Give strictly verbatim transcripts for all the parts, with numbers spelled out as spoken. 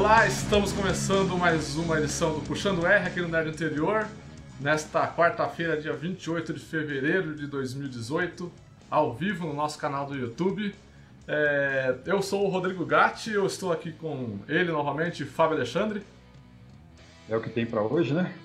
Olá, estamos começando mais uma edição do Puxando R aqui no Nerd Anterior, nesta quarta-feira, dia vinte e oito de fevereiro de dois mil e dezoito, ao vivo no nosso canal do YouTube. É, eu sou o Rodrigo Gatti, eu estou aqui com ele novamente, Fábio Alexandre. É o que tem pra hoje, né?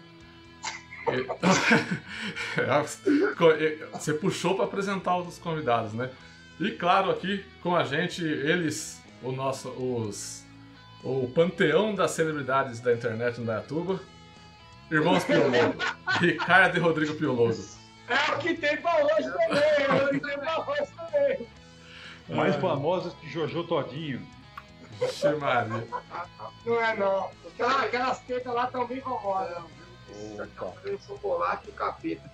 Você puxou para apresentar os convidados, né? E claro, aqui com a gente, eles, o nosso, os, o panteão das celebridades da internet no Dayatuba, irmãos Piologo, Ricardo e Rodrigo Piologo. É o que tem pra hoje também, é o que tem pra hoje também. Mais ah. famosos que Jojo Todinho. Vixe Maria. Não é não. Aquelas, aquelas tetas lá estão bem famosas. O chocolate e o capeta.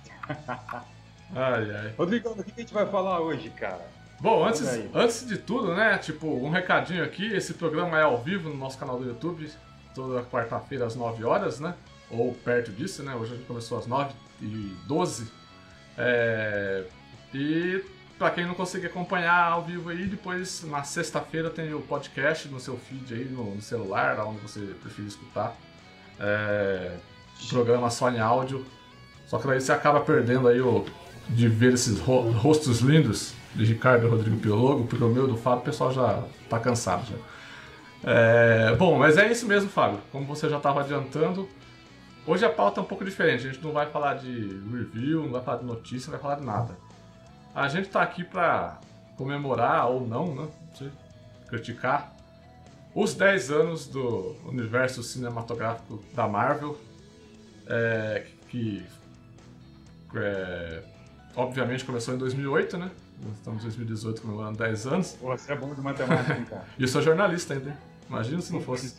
Ai, ai. Rodrigo, o que a gente vai falar hoje, cara? Bom, antes, antes de tudo, né, tipo, um recadinho aqui, esse programa é ao vivo no nosso canal do YouTube, toda quarta-feira às nove horas, né, ou perto disso, né, hoje a gente começou às nove e doze, é... e pra quem não conseguir acompanhar ao vivo aí, depois na sexta-feira tem o podcast no seu feed aí, no, no celular, onde você preferir escutar, é... programa só em áudio, só que daí você acaba perdendo aí o... de ver esses ro rostos lindos de Ricardo e Rodrigo Piologo, porque o meu do Fábio o pessoal já tá cansado já. É, bom, mas é isso mesmo, Fábio. Como você já estava adiantando, hoje a pauta é um pouco diferente. A gente não vai falar de review, não vai falar de notícia, não vai falar de nada. A gente tá aqui para comemorar, ou não, né? Não sei, criticar, os dez anos do universo cinematográfico da Marvel, é, que é, obviamente começou em dois mil e oito, né? Nós estamos em dois mil e dezoito comemorando dez anos. Pô, você é bom de matemática, hein, cara? E eu sou jornalista ainda, hein? Imagina se não fosse.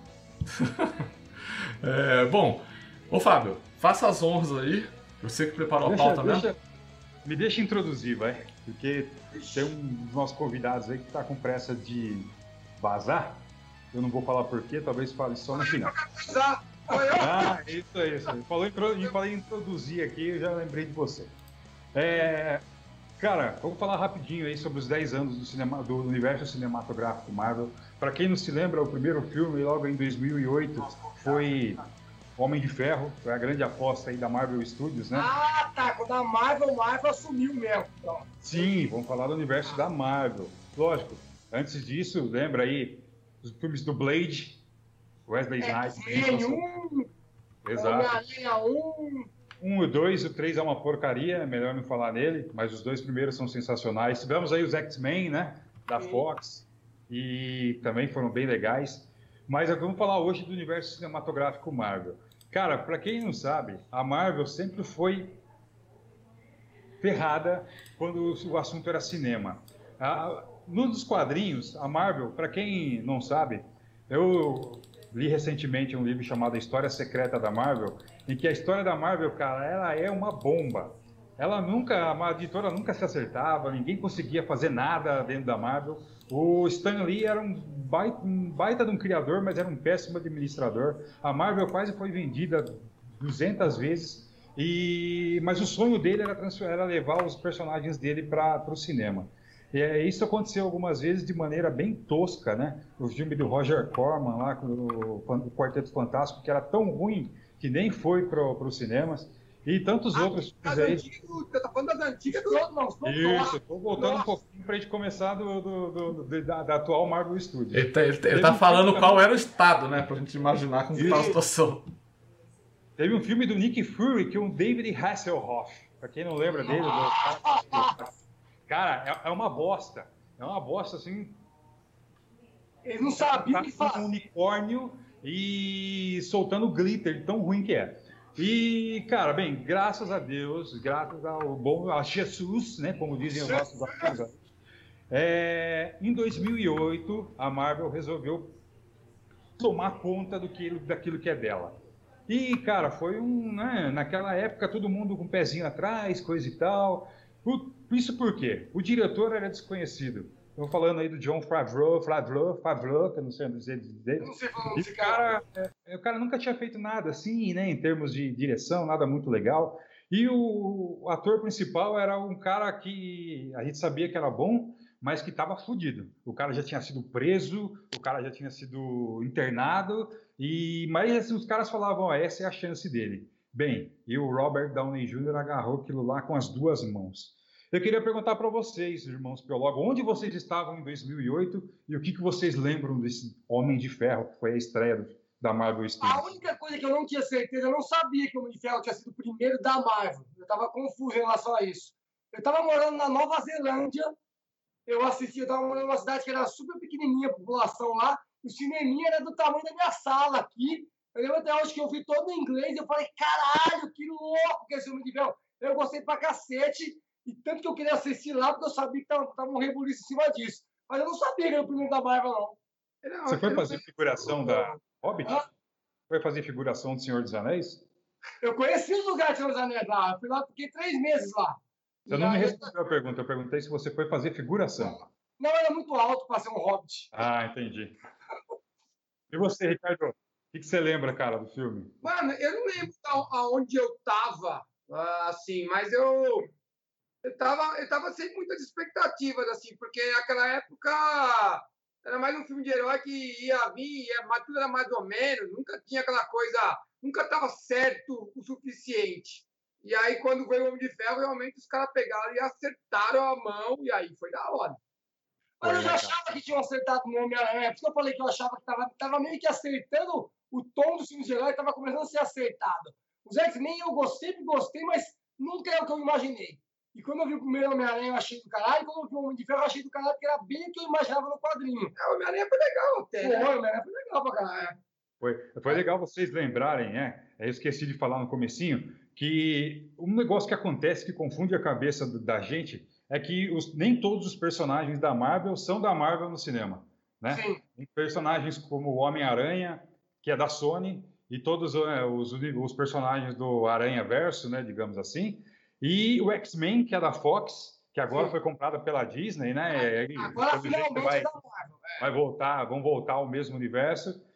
é, bom, ô Fábio, faça as honras aí. Você que preparou deixa, a pauta deixa, mesmo. Me deixa introduzir, vai. Porque tem um dos nossos convidados aí que tá com pressa de vazar. Eu não vou falar porquê, talvez fale só no final. Ah, isso aí, isso aí. Falou em, falei em introduzir aqui, eu já lembrei de você. É, cara, vamos falar rapidinho aí sobre os dez anos do, cinema, do universo cinematográfico Marvel. Para quem não se lembra, o primeiro filme, logo em dois mil e oito, foi Homem de Ferro, foi a grande aposta aí da Marvel Studios, né? Ah, tá, quando a Marvel, Marvel assumiu mesmo. Então. Sim, vamos falar do universo da Marvel. Lógico, antes disso, lembra aí os filmes do Blade, Wesley Snipes. É, um, exato. um. Um e dois, o três é uma porcaria, é melhor não falar nele, mas os dois primeiros são sensacionais. Tivemos aí os X-Men, né, da Sim. Fox, e também foram bem legais. Mas vamos falar hoje do universo cinematográfico Marvel. Cara, para quem não sabe, a Marvel sempre foi ferrada quando o assunto era cinema. A, num dos quadrinhos, a Marvel, para quem não sabe, eu li recentemente um livro chamado A História Secreta da Marvel, em que a história da Marvel, cara, ela é uma bomba. Ela nunca, a editora nunca se acertava, ninguém conseguia fazer nada dentro da Marvel. O Stan Lee era um baita, um baita de um criador, mas era um péssimo administrador. A Marvel quase foi vendida duzentas vezes, e, mas o sonho dele era, era levar os personagens dele para o cinema. É, isso aconteceu algumas vezes de maneira bem tosca, né? O filme do Roger Corman, lá com o, o Quarteto Fantástico, que era tão ruim que nem foi para os cinemas. E tantos ah, outros filmes aí. Antigo, você tá falando das antigas do outro, não. Isso, estou voltando Nossa. um pouquinho para a gente começar do, do, do, do, da, da atual Marvel Studios. Ele tá, ele, ele tá um falando qual também. Era o estado, né? Para a gente imaginar como está a situação. Teve um filme do Nick Fury, que é um David Hasselhoff. Para quem não lembra dele, do... cara, é, é uma bosta. É uma bosta assim. Eles não sabiam o que fazer. Um unicórnio e soltando glitter, tão ruim que é. E, cara, bem, graças a Deus, graças ao bom, a Jesus, né, como dizem os nossos amigos, é, em dois mil e oito, a Marvel resolveu tomar conta do que, daquilo que é dela. E, cara, foi um, né, naquela época, todo mundo com o pezinho atrás, coisa e tal. Isso por quê? O diretor era desconhecido. Estou falando aí do Jon Favreau, Favreau, Favreau, que eu não sei dizer dele. Eu não sei falar esse cara. É, o cara nunca tinha feito nada assim, né, em termos de direção, nada muito legal. E o, o ator principal era um cara que a gente sabia que era bom, mas que estava fudido. O cara já tinha sido preso, o cara já tinha sido internado, e mas assim, os caras falavam, ó, essa é a chance dele. Bem, e o Robert Downey Júnior agarrou aquilo lá com as duas mãos. Eu queria perguntar para vocês, irmãos biólogos, onde vocês estavam em dois mil e oito e o que, que vocês lembram desse Homem de Ferro, que foi a estreia do, da Marvel Studios? A única coisa que eu não tinha certeza, eu não sabia que o Homem de Ferro tinha sido o primeiro da Marvel. Eu estava confuso em relação a isso. Eu estava morando na Nova Zelândia, eu assisti, eu estava morando numa cidade que era super pequenininha, a população lá, o cineminha era do tamanho da minha sala aqui. Eu lembro até hoje que eu vi todo em inglês, eu falei, caralho, que louco que é esse Homem de Ferro. Eu gostei pra cacete, e tanto que eu queria assistir lá, porque eu sabia que tava, tava um rebuliço em cima disso. Mas eu não sabia que era o primeiro da Marvel, não. não Você foi fazer figuração da Hobbit? Ah? Foi fazer figuração do Senhor dos Anéis? Eu conheci os lugares do Senhor dos Anéis lá. Eu fui lá, fiquei três meses lá. Você não me respondeu a pergunta. Eu perguntei se você foi fazer figuração. Não, era muito alto para ser um Hobbit. Ah, entendi. E você, Ricardo? O que, que você lembra, cara, do filme? Mano, eu não lembro aonde eu tava, assim, mas eu... Eu tava, eu tava sem muitas expectativas, assim, porque naquela época era mais um filme de herói que ia vir, ia, mas tudo era mais ou menos, nunca tinha aquela coisa, nunca estava certo o suficiente. E aí, quando veio o Homem de Ferro, realmente os caras pegaram e acertaram a mão, e aí foi da hora. Mas eu já achava que tinham acertado no Homem-Aranha, por isso que eu falei que eu achava que tava, tava meio que acertando o tom dos filmes de herói, tava começando a ser acertado. Os X-Men eu gostei, gostei, mas nunca é o que eu imaginei. E quando eu vi o primeiro Homem-Aranha, eu achei do caralho. E quando eu vi o Homem de Ferro, eu achei do caralho, porque era bem o que eu imaginava no quadrinho. É, o Homem-Aranha foi legal até, né? Foi, o Homem-Aranha foi legal pra caralho. Foi, foi legal vocês lembrarem, né? Eu esqueci de falar no comecinho, que um negócio que acontece que confunde a cabeça da gente é que os, nem todos os personagens da Marvel são da Marvel no cinema, né? Sim. Tem personagens como o Homem-Aranha, que é da Sony, e todos é, os, os personagens do Aranha-Verso, né, digamos assim, e o X-Men, que é da Fox, que agora Sim. foi comprada pela Disney, né? Agora finalmente vai, é da Marvel. É. Vai voltar, vão voltar ao mesmo universo.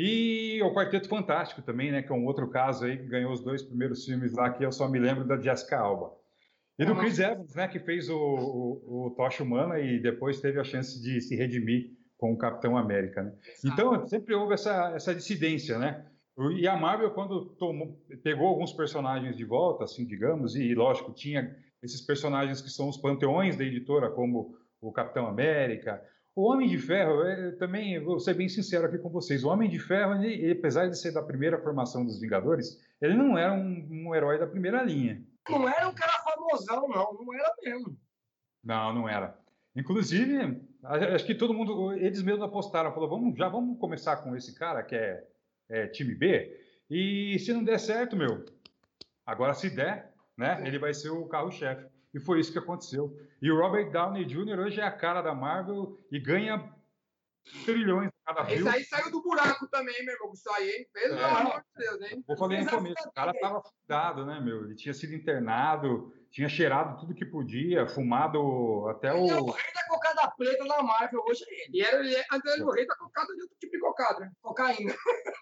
E o Quarteto Fantástico também, né? Que é um outro caso aí que ganhou os dois primeiros filmes lá, que eu só me lembro da Jessica Alba. E do Chris Evans, né? Que fez o, o, o Tocha Humana e depois teve a chance de se redimir com o Capitão América, né? Então sempre houve essa, essa dissidência, né? E a Marvel, quando tomou, pegou alguns personagens de volta, assim, digamos, e lógico, tinha esses personagens que são os panteões da editora, como o Capitão América. O Homem de Ferro, eu também vou ser bem sincero aqui com vocês, o Homem de Ferro, ele, ele, apesar de ser da primeira formação dos Vingadores, ele não era um, um herói da primeira linha. Não era um cara famosão, não, não era mesmo. Não, não era. Inclusive, acho que todo mundo, eles mesmos apostaram, falou, vamos, já vamos começar com esse cara que é É, time B, e se não der certo, meu, agora se der, né, ele vai ser o carro-chefe. E foi isso que aconteceu. E o Robert Downey Júnior hoje é a cara da Marvel e ganha trilhões a cada filme. Esse aí saiu do buraco também, meu irmão, isso aí, hein? Pelo é. amor de Deus, hein? Eu falei no começo, o cara tava afundado, né, meu? Ele tinha sido internado, tinha cheirado tudo que podia, fumado até o... Ele é o rei da cocada preta da Marvel, hoje é ele. E era, ele, antes ele era o rei da cocada de outro tipo de cocada, né? Cocaína.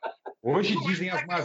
Hoje dizem as más...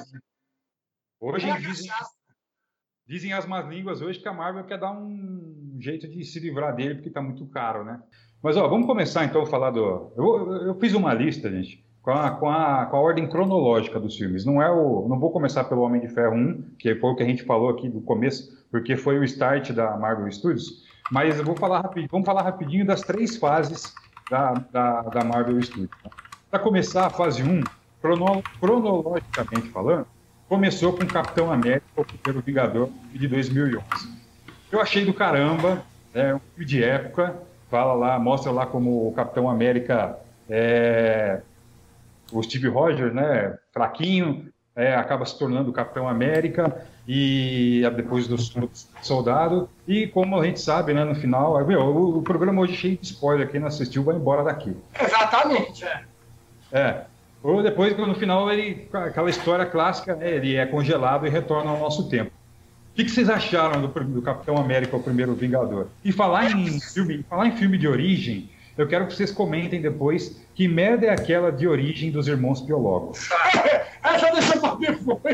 Hoje dizem... Dizem as más línguas hoje que a Marvel quer dar um jeito de se livrar dele, porque tá muito caro, né? Mas, ó, vamos começar, então, a falar do... Eu, eu fiz uma lista, gente, com a, com, a, com a ordem cronológica dos filmes. Não é o... Não vou começar pelo Homem de Ferro um, que foi o que a gente falou aqui do começo, porque foi o start da Marvel Studios, mas eu vou falar rapidinho, vamos falar rapidinho das três fases da, da, da Marvel Studios. Para começar, a fase um, crono, cronologicamente falando, começou com Capitão América, o primeiro Vingador, de dois mil e onze. Eu achei do caramba, é um filme de época, fala lá, mostra lá como o Capitão América, é, o Steve Rogers, né, fraquinho, é, acaba se tornando o Capitão América, e depois do soldado, e como a gente sabe, né, no final, meu, o, o programa hoje é cheio de spoiler, quem não assistiu vai embora daqui. Exatamente, é. É. Ou depois, no final, ele, aquela história clássica, ele é congelado e retorna ao nosso tempo. O que, que vocês acharam do, do Capitão América, o primeiro Vingador? E falar em filme, falar em filme de origem, eu quero que vocês comentem depois que merda é aquela de origem dos irmãos biólogos. Essa deixa pra depois.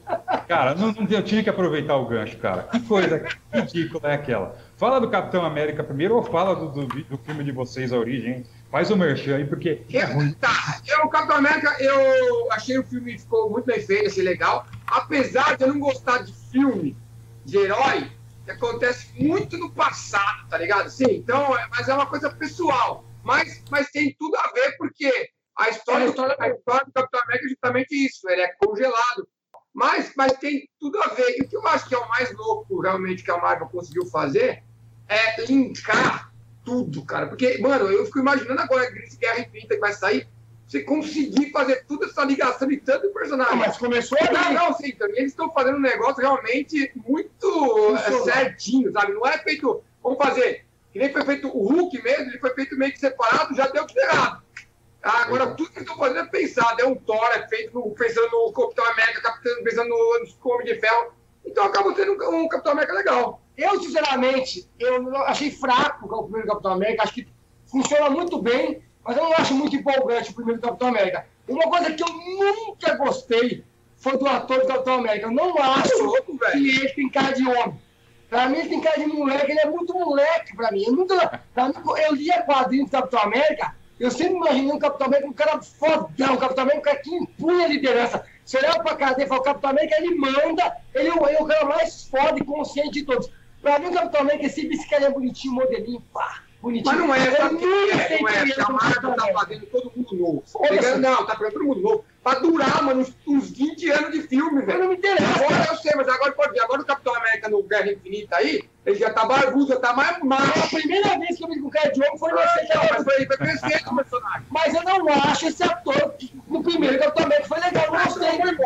Cara, não, não, eu tinha que aproveitar o gancho, cara. Que coisa ridícula é aquela. Fala do Capitão América primeiro ou fala do, do, do filme de vocês, A Origem, hein? Faz o merchan aí, porque é ruim. Tá, eu, o Capitão América, eu achei o filme ficou muito bem feito, achei legal. Apesar de eu não gostar de filme de herói, que acontece muito no passado, tá ligado? Sim, então, mas é uma coisa pessoal. Mas, mas tem tudo a ver, porque a história, a história, a história do Capitão América é justamente isso, ele é congelado. Mas, mas tem tudo a ver. E o que eu acho que é o mais louco, realmente, que a Marvel conseguiu fazer é linkar tudo, cara. Porque, mano, eu fico imaginando agora a Guerra Infinita que vai sair, você conseguir fazer toda essa ligação de tanto personagem. Ah, mas começou ali. Não, não, sim, então, eles estão fazendo um negócio realmente muito é, certinho, sabe? Não é feito, vamos fazer, que nem foi feito o Hulk mesmo, ele foi feito meio que separado, já deu tudo errado. Agora, tudo que eles estão fazendo é pensado, é um Thor, é feito no, pensando no Capitão América, pensando no, no Homem de Ferro, então acaba tendo um, um Capitão América legal. Eu, sinceramente, eu achei fraco o primeiro Capitão América, acho que funciona muito bem, mas eu não acho muito empolgante o primeiro Capitão América. Uma coisa que eu nunca gostei foi do ator do Capitão América. Eu não acho louco, que ele tem cara de homem. Pra mim, ele tem cara de moleque, ele é muito moleque pra mim. Eu, nunca, pra mim, eu lia quadrinhos do Capitão América, eu sempre imaginei um Capitão América, um cara fodão, um Capitão América, um cara que impunha a liderança. Você olhava pra cara dele e fala, o Capitão América, ele manda, ele é o cara mais foda e consciente de todos. Pra mim, o Capitão América, esse bicicleta é bonitinho, modelinho, pá, bonitinho. Mas não é, sabe eu que é, não é, a Marvel tá fazendo todo mundo novo. Pegando, não, tá pegando todo mundo novo. Pra durar, mano, uns, uns vinte anos de filme, velho. Não me interessa. Agora eu sei, mas agora pode ver. Agora o Capitão América no Guerra Infinita aí, ele já tá barbudo, já tá mais macho. A primeira vez que eu vi com o cara de homem foi ah, nesse não, mas foi, foi crescendo o personagem. Mas eu não acho esse ator que, no primeiro Capitão América foi legal, eu não gostei.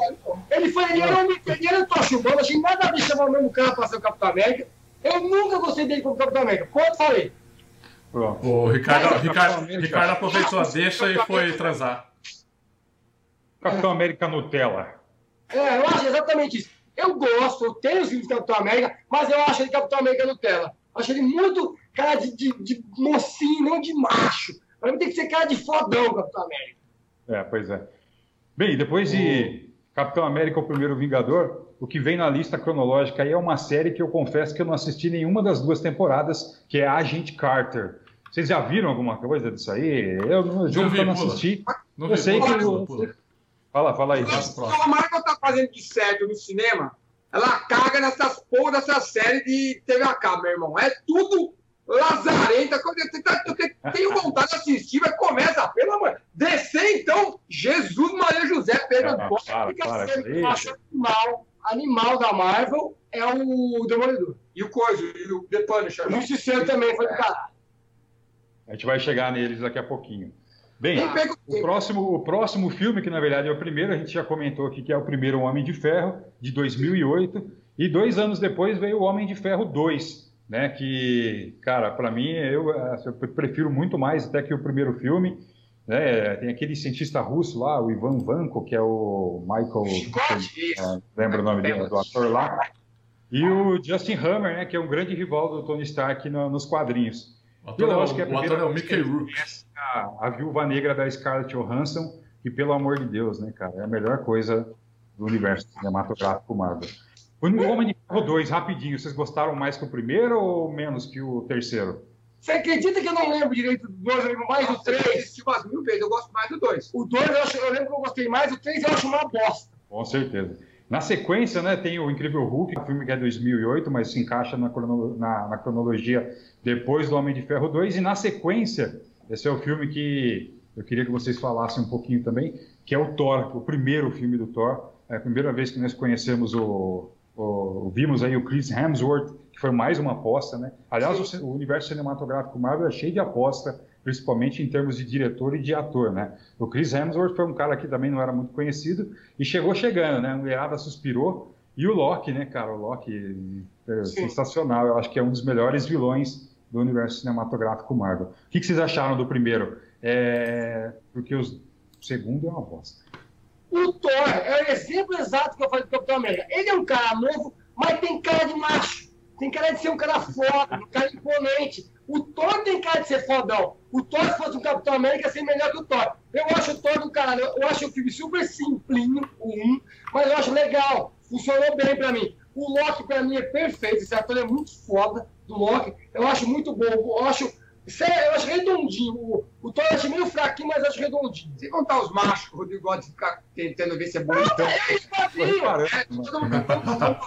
Ele foi, ele era um ele era um tochubão, achei nada a ver chamar o mesmo cara pra ser o Capitão América. Eu nunca gostei dele como Capitão América. Quanto falei? Pronto. O Ricardo, Ricardo, Ricardo aproveitou a deixa e foi transar. Capitão América Nutella. É, eu acho exatamente isso. Eu gosto, eu tenho os filmes do Capitão América, mas eu acho ele Capitão América Nutella. Eu acho ele muito cara de, de, de mocinho, não de macho. Pra mim tem que ser cara de fodão, Capitão América. É, pois é. Bem, depois de Capitão América, o Primeiro Vingador, o que vem na lista cronológica aí é uma série que eu confesso que eu não assisti nenhuma das duas temporadas, que é Agente Carter. Vocês já viram alguma coisa disso aí? Eu não, eu não assisti. Não eu vi, sei pula, que... pula, eu... pula. Fala, fala aí. Se a Marvel tá fazendo de certo no cinema, ela caga nessas porra dessa série de T V a cabo, meu irmão. É tudo lazarenta. Eu tenho vontade de assistir, mas começa, pelo amor. Descer, então, Jesus, Maria José, Pedro Antônio. Para, para, Eu acho animal, animal da Marvel é o Demolidor. E o Coisa, e o The Punisher. O Justiceiro também foi do caralho. A gente vai chegar neles daqui a pouquinho. Bem, Quem pega o o próximo, o próximo filme, que na verdade é o primeiro, a gente já comentou aqui, que é o primeiro Homem de Ferro, de dois mil e oito, e dois anos depois veio o Homem de Ferro dois, né, que, cara, para mim, eu, eu prefiro muito mais até que o primeiro filme, né, tem aquele cientista russo lá, o Ivan Vanko, que é o Michael, é, lembra o nome dele, do ator lá, e o Justin Hammer, né, que é um grande rival do Tony Stark no, nos quadrinhos. O ator, eu é, acho que é a o ator é o Mickey Rourke. A, a Viúva Negra da Scarlett Johansson, que, pelo amor de Deus, né, cara, é a melhor coisa do universo cinematográfico Marvel. Foi no Homem de Ferro dois, rapidinho, vocês gostaram mais que o primeiro ou menos que o terceiro? Você acredita que eu não lembro direito do dois, eu lembro mais do Eu três? assisti umas mil vezes, eu gosto mais do dois. O dois eu, acho, eu lembro que eu gostei mais, o três eu acho uma bosta. Com certeza. Na sequência, né, tem o Incrível Hulk, um filme que é dois mil e oito, mas se encaixa na, crono, na, na cronologia depois do Homem de Ferro dois. E na sequência, esse é o filme que eu queria que vocês falassem um pouquinho também, que é o Thor, o primeiro filme do Thor. É a primeira vez que nós conhecemos o... o vimos aí o Chris Hemsworth, que foi mais uma aposta, né? Aliás, o, o universo cinematográfico Marvel é cheio de aposta, principalmente em termos de diretor e de ator, né? O Chris Hemsworth foi um cara que também não era muito conhecido e chegou chegando, né? A mulherada suspirou. E o Loki, né, cara? O Loki é Sim. sensacional. Eu acho que é um dos melhores vilões do universo cinematográfico Marvel. O que, que vocês acharam do primeiro? É... Porque os... o segundo é uma bosta. O Thor é o exemplo exato que eu falei do Capitão América. Ele é um cara novo, mas tem cara de macho. Tem cara de ser um cara foda, um cara imponente. O Thor tem cara de ser fodão. O Thor, se fosse um Capitão América, ia ser melhor que o Thor. Eu acho o Thor do caralho. Eu acho o filme super simplinho, o um, mas eu acho legal. funcionou bem pra mim. O Loki, pra mim, é perfeito. Esse ator é muito foda, do Loki. Eu acho muito bom. Eu acho, eu acho redondinho. O, o Thor eu acho meio fraquinho, mas eu acho redondinho. Sem contar os machos, o Rodrigo gosta de ficar tentando ver se é bonito. Ah, é isso, quadrinho. É, todo mundo tentando.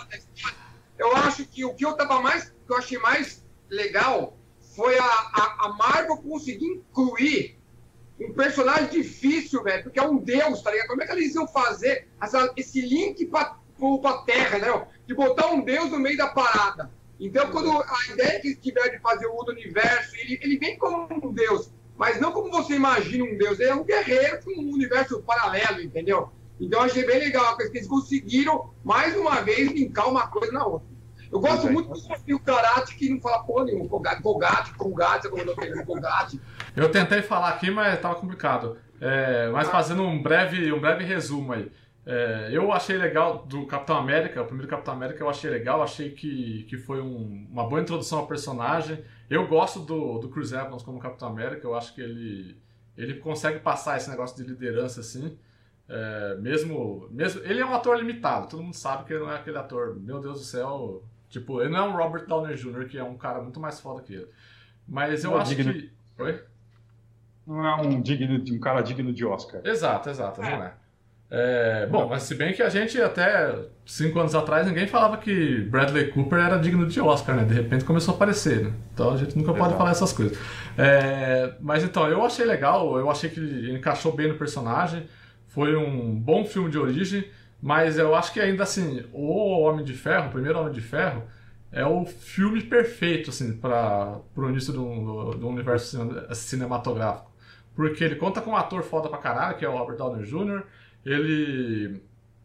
Eu acho que o que eu tava mais, que eu achei mais legal foi a, a, a Marvel conseguir incluir um personagem difícil, velho, porque é um deus, tá ligado? Como é que eles iam fazer essa, esse link pra, pra Terra, né? De botar um deus no meio da parada. Então, quando a ideia que eles tiveram de fazer o outro universo, ele, ele vem como um deus, mas não como você imagina um deus. Ele é um guerreiro com um universo paralelo, entendeu? Então, eu achei bem legal, porque eles conseguiram, mais uma vez, linkar uma coisa na outra. Eu gosto é, muito do Karate, que não fala porra nenhuma. Colgate, Colgate, Colgate, Colgate. Eu tentei falar aqui, mas estava complicado. É, mas fazendo um breve, um breve resumo aí. É, eu achei legal do Capitão América, o primeiro Capitão América eu achei legal, achei que, que foi um, uma boa introdução ao personagem. Eu gosto do, do Chris Evans como Capitão América, eu acho que ele, ele consegue passar esse negócio de liderança assim. É, mesmo, mesmo, ele é um ator limitado, todo mundo sabe que ele não é aquele ator, meu Deus do céu, tipo, ele não é um Robert Downey júnior, que é um cara muito mais foda que ele. Mas eu não acho digno, que... Oi? Não é um, digno, um cara digno de Oscar. Exato, exato, é. não é. É, bom, mas se bem que a gente até cinco anos atrás ninguém falava que Bradley Cooper era digno de Oscar, né? De repente começou a aparecer, né? Então a gente nunca pode Exato. falar essas coisas. É, mas então, eu achei legal, eu achei que ele encaixou bem no personagem, foi um bom filme de origem, mas eu acho que ainda assim, o Homem de Ferro, o primeiro Homem de Ferro, é o filme perfeito assim, para o início do, do universo cinematográfico. Porque ele conta com um ator foda pra caralho, que é o Robert Downey júnior, ele,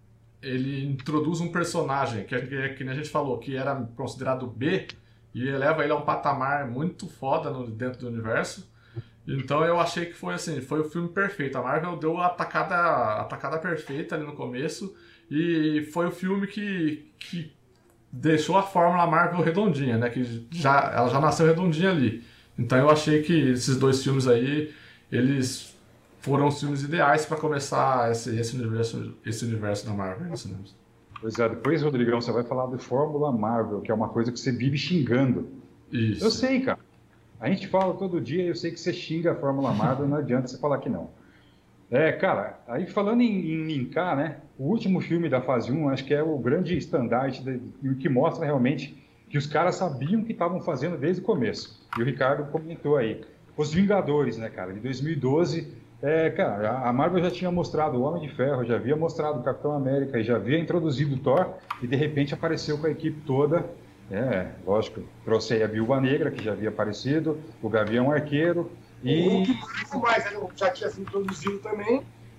ele introduz um personagem que, que, que a gente falou, que era considerado B, e eleva ele a um patamar muito foda no, dentro do universo. Então eu achei que foi assim, foi o filme perfeito. A Marvel deu a atacada, a atacada perfeita ali no começo, e foi o filme que, que deixou a fórmula Marvel redondinha, né? Que já, ela já nasceu redondinha ali. Então eu achei que esses dois filmes aí, eles foram os filmes ideais para começar esse, esse, universo, esse universo da Marvel nos cinemas. Pois é, depois, Rodrigão, você vai falar de Fórmula Marvel, que é uma coisa que você vive xingando. Isso. Eu sei, cara. A gente fala todo dia, eu sei que você xinga a Fórmula Marvel, não adianta você falar que não. É, cara, aí falando em, em linkar, né? O último filme da fase um, acho que é o grande estandarte e o que mostra realmente que os caras sabiam o que estavam fazendo desde o começo. E o Ricardo comentou aí. Os Vingadores, né, cara? De dois mil e doze, é, cara, a Marvel já tinha mostrado o Homem de Ferro, já havia mostrado o Capitão América, e já havia introduzido o Thor, e de repente apareceu com a equipe toda. É, lógico, trouxe aí a Viúva Negra, que já havia aparecido, o Gavião Arqueiro, e... O Hulk mais, né? Já tinha sido introduzido também.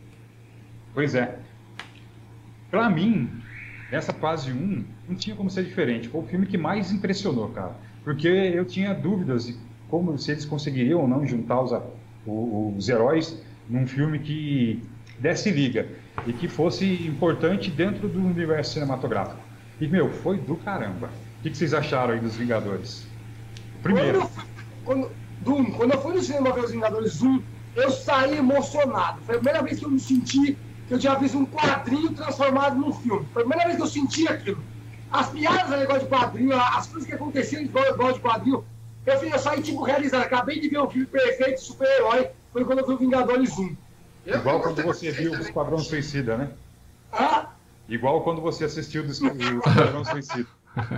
Pois é. Pra mim, nessa fase um, não tinha como ser diferente. Foi o filme que mais impressionou, cara. Porque eu tinha dúvidas de como se eles conseguiriam ou não juntar os, os heróis num filme que desse liga e que fosse importante dentro do universo cinematográfico. E, meu, foi do caramba. O que vocês acharam aí dos Vingadores? Primeiro. Quando, quando, quando eu fui no cinema ver os Vingadores um, eu saí emocionado. Foi a primeira vez que eu me senti que eu tinha visto um quadrinho transformado num filme. Foi a primeira vez que eu senti aquilo. As piadas eram igual de quadrinho, as coisas que aconteciam igual, igual de quadrinho. Eu, eu saí tipo realizado. Acabei de ver um filme perfeito, super-herói. Foi quando eu vi o Vingadores um. Eu Igual quando você viu o Esquadrão Suicida, né? Ah? Igual quando você assistiu o Esquadrão Suicida.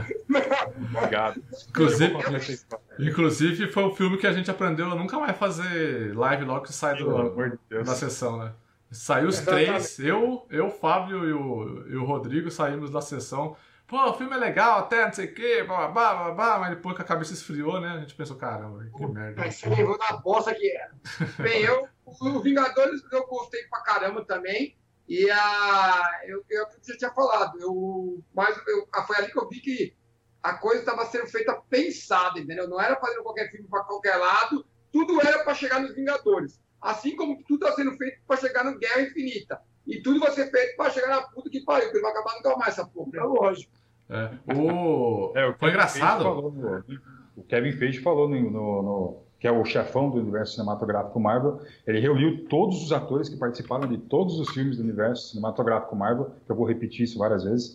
Obrigado. Inclusive, inclusive, foi o filme que a gente aprendeu a nunca mais fazer live logo que sai do, de da sessão, né? Saiu os três, eu, eu, o Fábio e o, e o Rodrigo saímos da sessão. Pô, o filme é legal até, não sei o quê, blá, blá, blá, blá, mas depois que a cabeça esfriou, né? A gente pensou, caramba, que merda. Mas você lembrou da bosta que era. Bem, eu, o Vingadores eu gostei pra caramba também. E a, eu, eu já tinha falado, eu, mas eu, foi ali que eu vi que a coisa estava sendo feita pensada, entendeu? Não era fazendo qualquer filme para qualquer lado, tudo era para chegar nos Vingadores. Assim como tudo está sendo feito para chegar no Guerra Infinita. E tudo vai ser feito para chegar na puta que pariu, porque vai acabar nunca mais essa porra. É lógico. É, o... É, o foi engraçado. Falou, o Kevin Feige falou no, no, no, que é o chefão do universo cinematográfico Marvel. Ele reuniu todos os atores que participaram de todos os filmes do universo cinematográfico Marvel, que eu vou repetir isso várias vezes.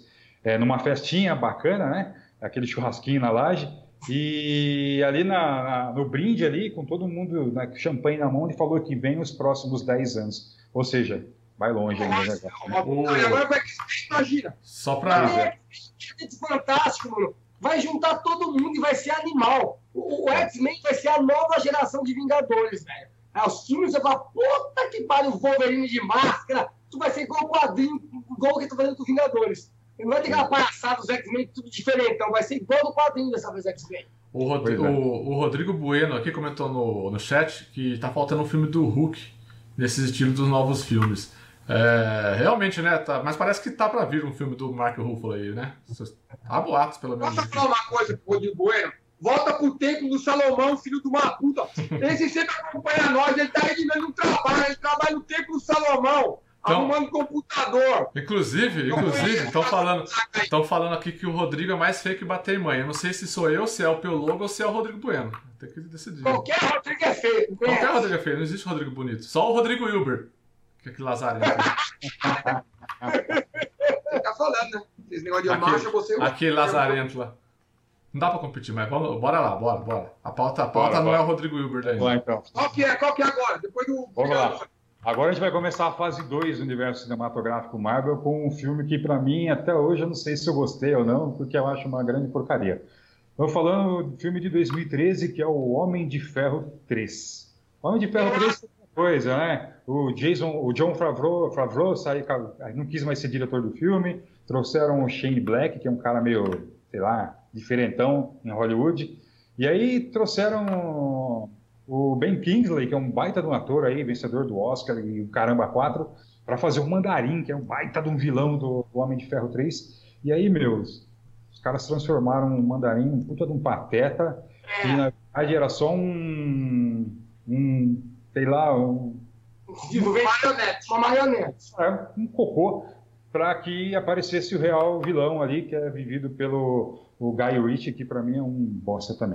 é, numa festinha bacana, né? Aquele churrasquinho na laje. E ali na, na, no brinde ali, com todo mundo, né, com champanhe na mão, ele falou que vem os próximos dez anos. Ou seja, vai longe ainda o negócio. Né? O... Agora vai que imagina. Só pra... É, é fantástico, mano. Vai juntar todo mundo e vai ser animal. O, o X-Men vai ser a nova geração de Vingadores, velho. Aí os filmes, você fala, puta que pariu, o Wolverine de máscara. Tu vai ser igual o quadrinho, igual o que eu tô fazendo com os Vingadores. Ele não vai ter aquela palhaçada dos X-Men tudo diferente, então vai ser igual no quadrinho dessa vez X-Men. O, Rod... o, o Rodrigo Bueno aqui comentou no, no chat que tá faltando um filme do Hulk, nesse estilo dos novos filmes. É, realmente, né? Tá, mas parece que tá pra vir um filme do Mark Ruffalo aí, né? Há boatos, pelo menos. Posso falar uma coisa pro Rodrigo Bueno? Volta pro templo do Salomão, filho de uma puta. Esse sempre acompanha nós, ele tá aí de não trabalha, ele trabalha no templo do Salomão. Então, arrumando computador. Inclusive, inclusive, estão falando, estão falando aqui que o Rodrigo é mais feio que bater em mãe. Eu não sei se sou eu, se é o Piologo ou se é o Rodrigo Bueno. Tem que decidir. Qualquer Rodrigo é feio. Qualquer Rodrigo é feio, não existe Rodrigo bonito. Só o Rodrigo Hilber, que é aquele lazarento. Você tá falando, né? Esse negócio de aquele, marcha, você... Aquele lazarento lá. Não dá pra competir, mas vamos, bora lá, bora, bora. A pauta, a pauta bora, não bora. é o Rodrigo Hilber daí. Vamos lá, então. Qual que é? Qual que é agora? Depois do... Vamos lá. Agora a gente vai começar a fase dois do universo cinematográfico Marvel com um filme que, para mim, até hoje, eu não sei se eu gostei ou não, porque eu acho uma grande porcaria. Estou falando do filme de dois mil e treze, que é o Homem de Ferro três. Homem de Ferro três é uma coisa, né? O Jason, o John Favreau, Favreau saiu, não quis mais ser diretor do filme, trouxeram o Shane Black, que é um cara meio, sei lá, diferentão em Hollywood, e aí trouxeram... o Ben Kingsley, que é um baita de um ator aí, vencedor do Oscar e o Caramba quatro, para fazer o Mandarim, que é um baita de um vilão do, do Homem de Ferro três. E aí, meus, os caras transformaram o Mandarim num puta de um pateta, que na verdade era só um, um sei lá, um... marionete. Uma marionete. É, um cocô, para que aparecesse o real vilão ali, que é vivido pelo o Guy Ritchie, que para mim é um bosta também.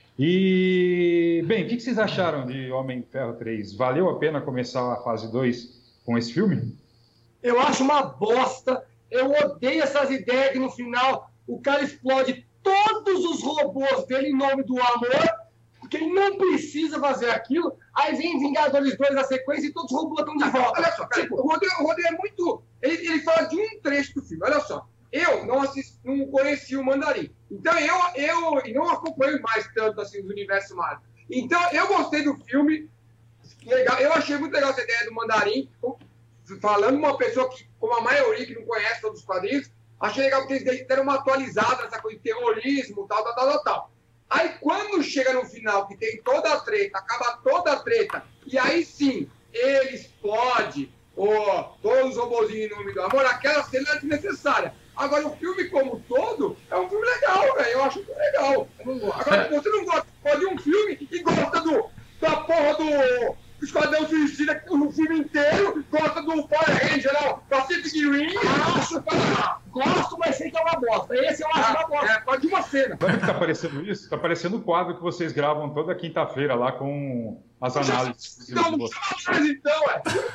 E, bem, o que vocês acharam de Homem de Ferro três? Valeu a pena começar a fase dois com esse filme? Eu acho uma bosta. Eu odeio essas ideias que no final o cara explode todos os robôs dele em nome do amor, porque ele não precisa fazer aquilo. Aí vem Vingadores dois na sequência e todos os robôs estão de volta. Olha só, cara, tipo, o Rodrigo, o Rodrigo é muito... Ele, ele fala de um trecho do filme, olha só. Eu não, assisti, não conheci o Mandarim. Então, eu, eu não acompanho mais tanto assim, os universos Marvel. Então, eu gostei do filme. Legal. Eu achei muito legal essa ideia do Mandarim. Falando de uma pessoa que, como a maioria que não conhece todos os quadrinhos, achei legal porque eles deram uma atualizada nessa coisa de terrorismo, tal, tal, tal, tal, tal. Aí, quando chega no final, que tem toda a treta, acaba toda a treta, e aí sim, ele explode, oh, todos os robôzinhos em nome do amor, aquela cena é desnecessária. Agora, o filme como todo é um filme legal, velho. Eu acho muito legal. Agora, você não gosta de um filme e gosta do, da porra do Esquadrão Suicida o filme inteiro, gosta do Power Ranger, não, Pacific Rim. Acho, gosto, mas sei que é uma bosta. Esse eu acho uma bosta. É, pode uma cena. Sabe o que tá parecendo isso? Tá parecendo o quadro que vocês gravam toda quinta-feira lá com as análises. Não, não chama mais então,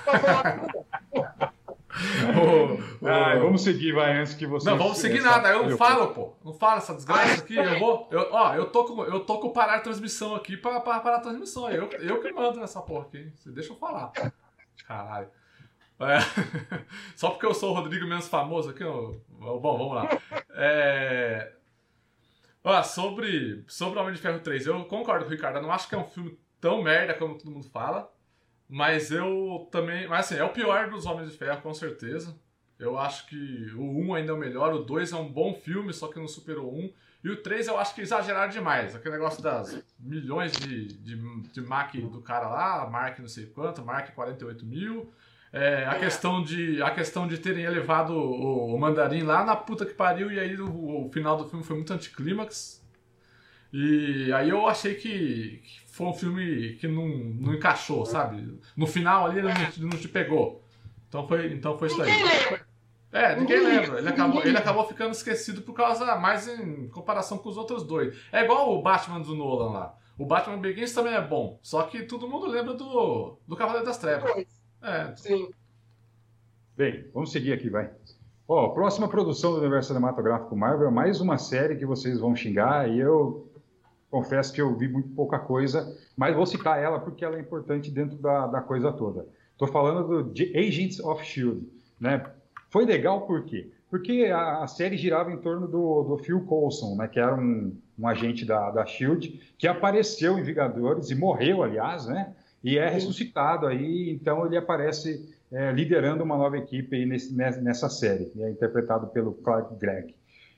é. Oh, oh. Ah, vamos seguir, vai, antes que vocês... Não, vamos seguir nada, eu não falo, pô. Não falo essa desgraça aqui, eu vou... Eu, ó, eu tô com, eu tô com parar a transmissão aqui pra, pra parar a transmissão. Eu, eu que mando nessa porra aqui, você deixa eu falar. Caralho. É, só porque eu sou o Rodrigo menos famoso aqui, eu, bom, vamos lá. É, ó, sobre, sobre Homem de Ferro três, eu concordo com o Ricardo, eu não acho que é um filme tão merda como todo mundo fala. Mas eu também... Mas assim, é o pior dos Homens de Ferro, com certeza. Eu acho que o um ainda é o melhor, o dois é um bom filme, só que não superou o um. E o três eu acho que exageraram demais. Aquele negócio das milhões de, de, de Mac do cara lá, Mark não sei quanto, Mark quarenta e oito mil. É, a, questão de, a questão de terem elevado o, o Mandarim lá na puta que pariu, e aí o, o final do filme foi muito anticlímax. E aí eu achei que, que foi um filme que não, não encaixou, sabe? No final ali ele não, não te pegou. Então foi, então foi isso daí. É, ninguém lembra. Ele acabou, ele acabou ficando esquecido por causa, mais em comparação com os outros dois. É igual o Batman do Nolan lá. O Batman Begins também é bom, só que todo mundo lembra do, do Cavaleiro das Trevas. É. Sim. Bem, vamos seguir aqui, vai. Ó, próxima produção do universo cinematográfico Marvel é mais uma série que vocês vão xingar e eu confesso que eu vi muito pouca coisa, mas vou citar ela porque ela é importante dentro da, da coisa toda. Estou falando do Agents of Shield, né? Foi legal por quê? Porque a, a série girava em torno do, do Phil Coulson, né? Que era um, um agente da, da Shield que apareceu em Vingadores e morreu, aliás, né? E é ressuscitado aí, então ele aparece é, liderando uma nova equipe aí nesse, nessa série, é interpretado pelo Clark Gregg.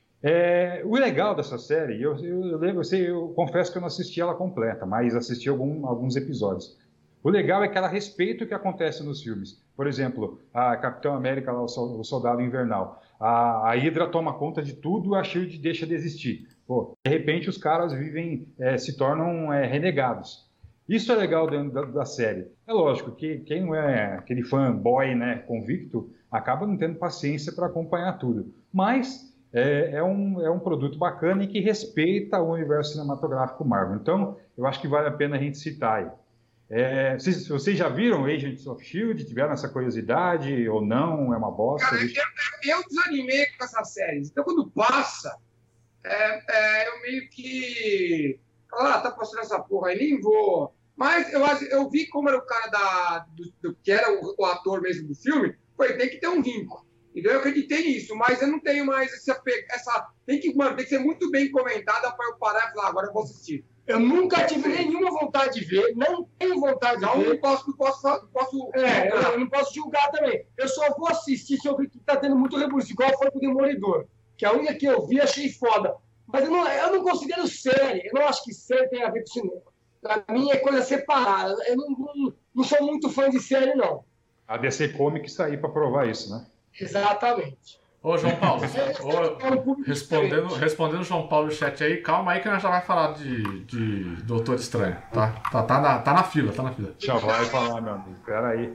É, o legal dessa série, eu, eu, eu lembro, eu, sei, eu confesso que eu não assisti ela completa, mas assisti algum, alguns episódios. O legal é que ela respeita o que acontece nos filmes. Por exemplo, a Capitão América, lá, o Soldado Invernal. A, a Hydra toma conta de tudo, a Shield deixa de existir. Pô, de repente os caras vivem, é, se tornam é, renegados. Isso é legal dentro da, da série. É lógico que quem não é aquele fanboy, né, convicto, acaba não tendo paciência para acompanhar tudo. Mas é, é, um, é um produto bacana e que respeita o universo cinematográfico Marvel. Então, eu acho que vale a pena a gente citar aí. É, vocês, vocês já viram Agents of Shield? Tiveram essa curiosidade ou não? É uma bosta? Cara, eu, eu desanimei com essas séries. Então, quando passa, é, é, eu meio que... Ah, tá passando essa porra aí, nem vou... Mas eu, eu vi como era o cara da, do, do, que era o, o ator mesmo do filme, foi, tem que ter um vínculo. Então eu acreditei nisso, mas eu não tenho mais essa... essa tem, que, mano, tem que ser muito bem comentada para eu parar e falar, agora eu vou assistir. Eu nunca tive nenhuma vontade de ver, não tenho vontade não, de ver. Não posso, não posso, não posso... É, eu, eu não posso julgar também. Eu só vou assistir se eu ver que tá tendo muito rebuliço, igual foi com o Demolidor, que a única que eu vi achei foda. Mas eu não, eu não considero série, eu não acho que série tem a ver com cinema. Pra mim é coisa separada. Eu não, não, não sou muito fã de série, não. A D C Comics está aí para provar isso, né? Exatamente. Ô, João Paulo, ô, respondendo, respondendo o João Paulo no chat aí, calma aí que nós já vai falar de, de Doutor Estranho, tá? Tá, tá, na, tá na fila, tá na fila. Já vai falar, meu amigo. Pera aí.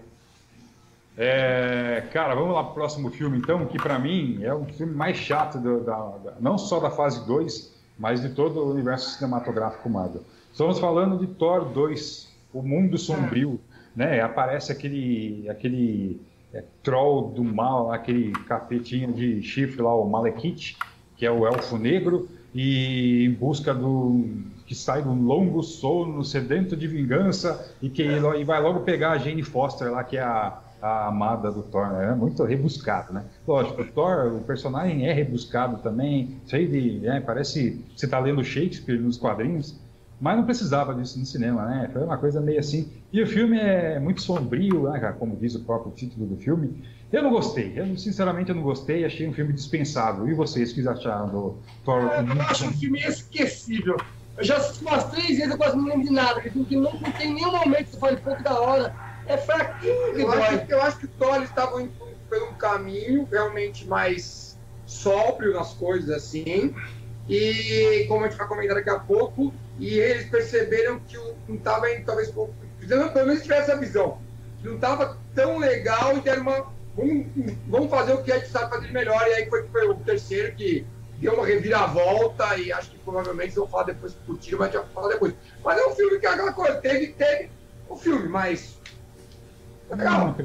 É, cara, vamos lá pro próximo filme, então, que para mim é o filme mais chato, do, da, da, não só da fase dois, mas de todo o universo cinematográfico Marvel. Estamos falando de Thor dois, O Mundo Sombrio, né? Aparece aquele, aquele é, troll do mal, aquele capetinho de chifre lá, o Malekith, que é o elfo negro, e em busca do... que sai de um longo sono, sedento de vingança, e que e vai logo pegar a Jane Foster lá, que é a, a amada do Thor, né? É muito rebuscado, né? Lógico, o Thor, o personagem é rebuscado também, cheio de... É, parece que você está lendo Shakespeare nos quadrinhos, mas não precisava disso no cinema, né? Foi uma coisa meio assim. E o filme é muito sombrio, né, como diz o próprio título do filme. Eu não gostei. Eu, sinceramente, eu não gostei. Achei um filme dispensável. E vocês, o que acharam do Thor? Eu acho um filme esquecível. Eu já assisti umas três vezes, eu quase não lembro de nada. Porque não, não tem nenhum momento que você fala pouco da hora. É fraquinho. Eu acho, eu acho que o Thor estava indo por um caminho realmente mais sóbrio nas coisas, assim. E, como a gente vai comentar daqui a pouco, e eles perceberam que não estava indo, talvez, pelo menos tivesse essa visão, que não estava tão legal e deram uma. Vamos, vamos fazer o que a gente sabe fazer melhor, e aí foi, foi o terceiro que deu uma reviravolta, e acho que provavelmente vão falar depois por tiro, mas a gente vai falar depois. Mas é um filme que aquela coisa, teve, teve o um filme, mas. Legal.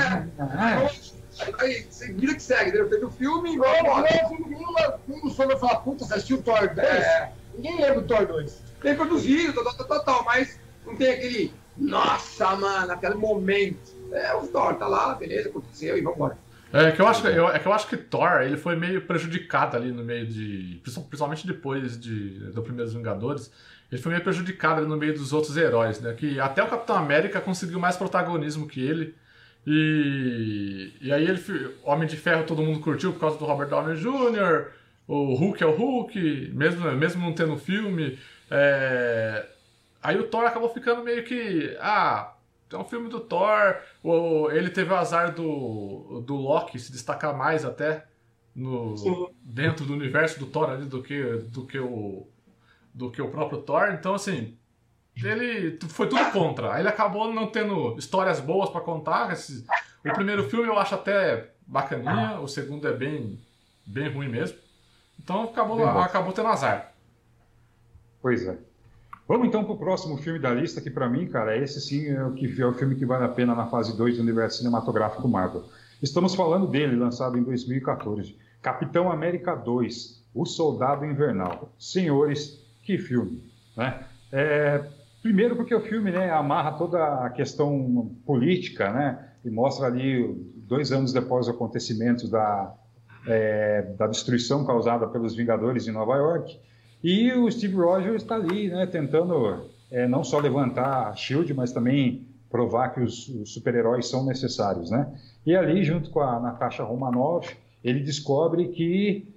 É. Aí, vida que segue, entendeu? Teve o filme e igual. Nenhum fã vai falar, puta, você assistiu o Thor dois? É. Ninguém lembra do Thor dois. Tem produzido, total, total, mas não tem aquele, nossa, mano, aquele momento. É o Thor, tá lá, beleza, aconteceu e vambora. É que eu acho que, eu, é que eu acho que Thor, ele foi meio prejudicado ali no meio de... Principalmente depois de, do Primeiros Vingadores, ele foi meio prejudicado ali no meio dos outros heróis, né? Que até o Capitão América conseguiu mais protagonismo que ele. E, e aí ele, Homem de Ferro todo mundo curtiu por causa do Robert Downey júnior, o Hulk é o Hulk, mesmo, mesmo não tendo filme. É... Aí o Thor acabou ficando meio que... Ah, é um filme do Thor, o, ele teve o azar do, do Loki se destacar mais até no, dentro do universo do Thor ali do que, do, que o, do que o próprio Thor, então assim... Ele foi tudo contra. Aí ele acabou não tendo histórias boas pra contar. Esse, o primeiro filme eu acho até bacaninha, o segundo é bem, bem ruim mesmo. Então acabou, acabou tendo azar. Pois é. Vamos então pro próximo filme da lista, que pra mim, cara, esse sim é o, que, é o filme que vale a pena na fase dois do universo cinematográfico Marvel. Estamos falando dele, lançado em dois mil e quatorze. Capitão América dois, O Soldado Invernal. Senhores, que filme, né? É, primeiro porque o filme, né, amarra toda a questão política, né? E mostra ali, dois anos depois dos acontecimentos da, é, da destruição causada pelos Vingadores em Nova York. E o Steve Rogers está ali, né, tentando é, não só levantar a SHIELD, mas também provar que os, os super-heróis são necessários, né? E ali, junto com a Natasha Romanoff, ele descobre que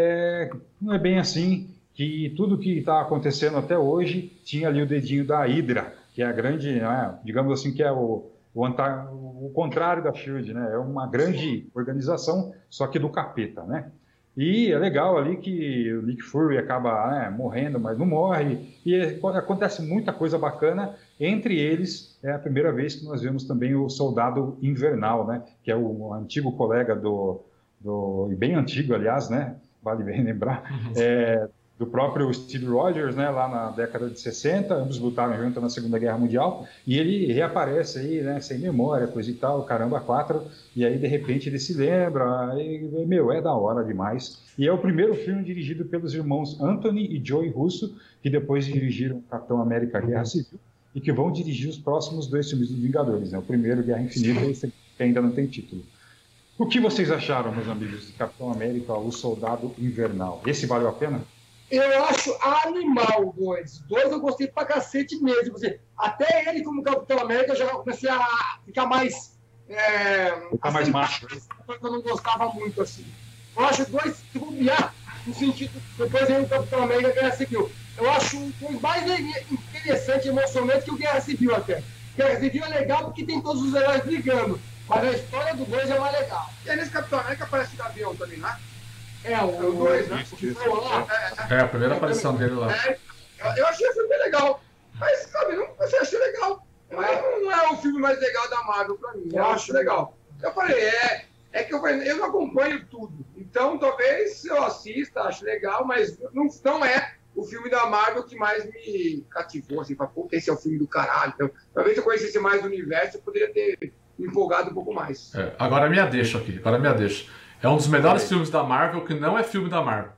é, não é bem assim, que tudo que está acontecendo até hoje tinha ali o dedinho da Hydra, que é a grande, né, digamos assim, que é o, o, anta, o contrário da SHIELD, né? É uma grande organização, só que do capeta, né? E é legal ali que o Nick Fury acaba, né, morrendo, mas não morre. E acontece muita coisa bacana. Entre eles, é a primeira vez que nós vemos também o Soldado Invernal, né? Que é o antigo colega do... do e bem antigo, aliás, né? Vale bem lembrar. É, do próprio Steve Rogers, né, lá na década de sessenta, ambos lutaram junto na Segunda Guerra Mundial, e ele reaparece aí, né, sem memória, coisa e tal, caramba, quatro, e aí de repente ele se lembra, e, meu, é da hora demais. E é o primeiro filme dirigido pelos irmãos Anthony e Joey Russo, que depois dirigiram Capitão América Guerra Civil, e que vão dirigir os próximos dois filmes dos Vingadores, né, o primeiro, Guerra Infinita, e esse que ainda não tem título. O que vocês acharam, meus amigos, de Capitão América, o Soldado Invernal? Esse valeu a pena? Eu acho animal o dois. Dois eu gostei pra cacete mesmo. Até ele, como Capitão América, eu já comecei a ficar mais... É, ficar mais macho. Coisa que eu não gostava muito, assim. Eu acho dois, se bobear, no sentido... Depois vem o Capitão América Guerra Civil. Eu acho o dois mais interessante e emocionante que o Guerra Civil, até. Guerra Civil é legal porque tem todos os heróis brigando. Mas a história do dois é mais legal. E aí nesse Capitão América aparece o Gavião também, né? É, o dois, né? Isso, isso. É, é a primeira aparição dele lá. É, eu achei o filme bem legal. Mas, sabe, não, você achei legal. Mas não é o filme mais legal da Marvel pra mim. Eu acho legal. Eu falei, é, é que eu, eu não acompanho tudo. Então, talvez eu assista, acho legal, mas não, não é o filme da Marvel que mais me cativou. Assim, pra, pô, esse é o filme do caralho. Então, talvez se eu conhecesse mais do universo, eu poderia ter me empolgado um pouco mais. É, agora a minha deixa aqui, agora a minha deixa. É um dos melhores é. filmes da Marvel que não é filme da Marvel.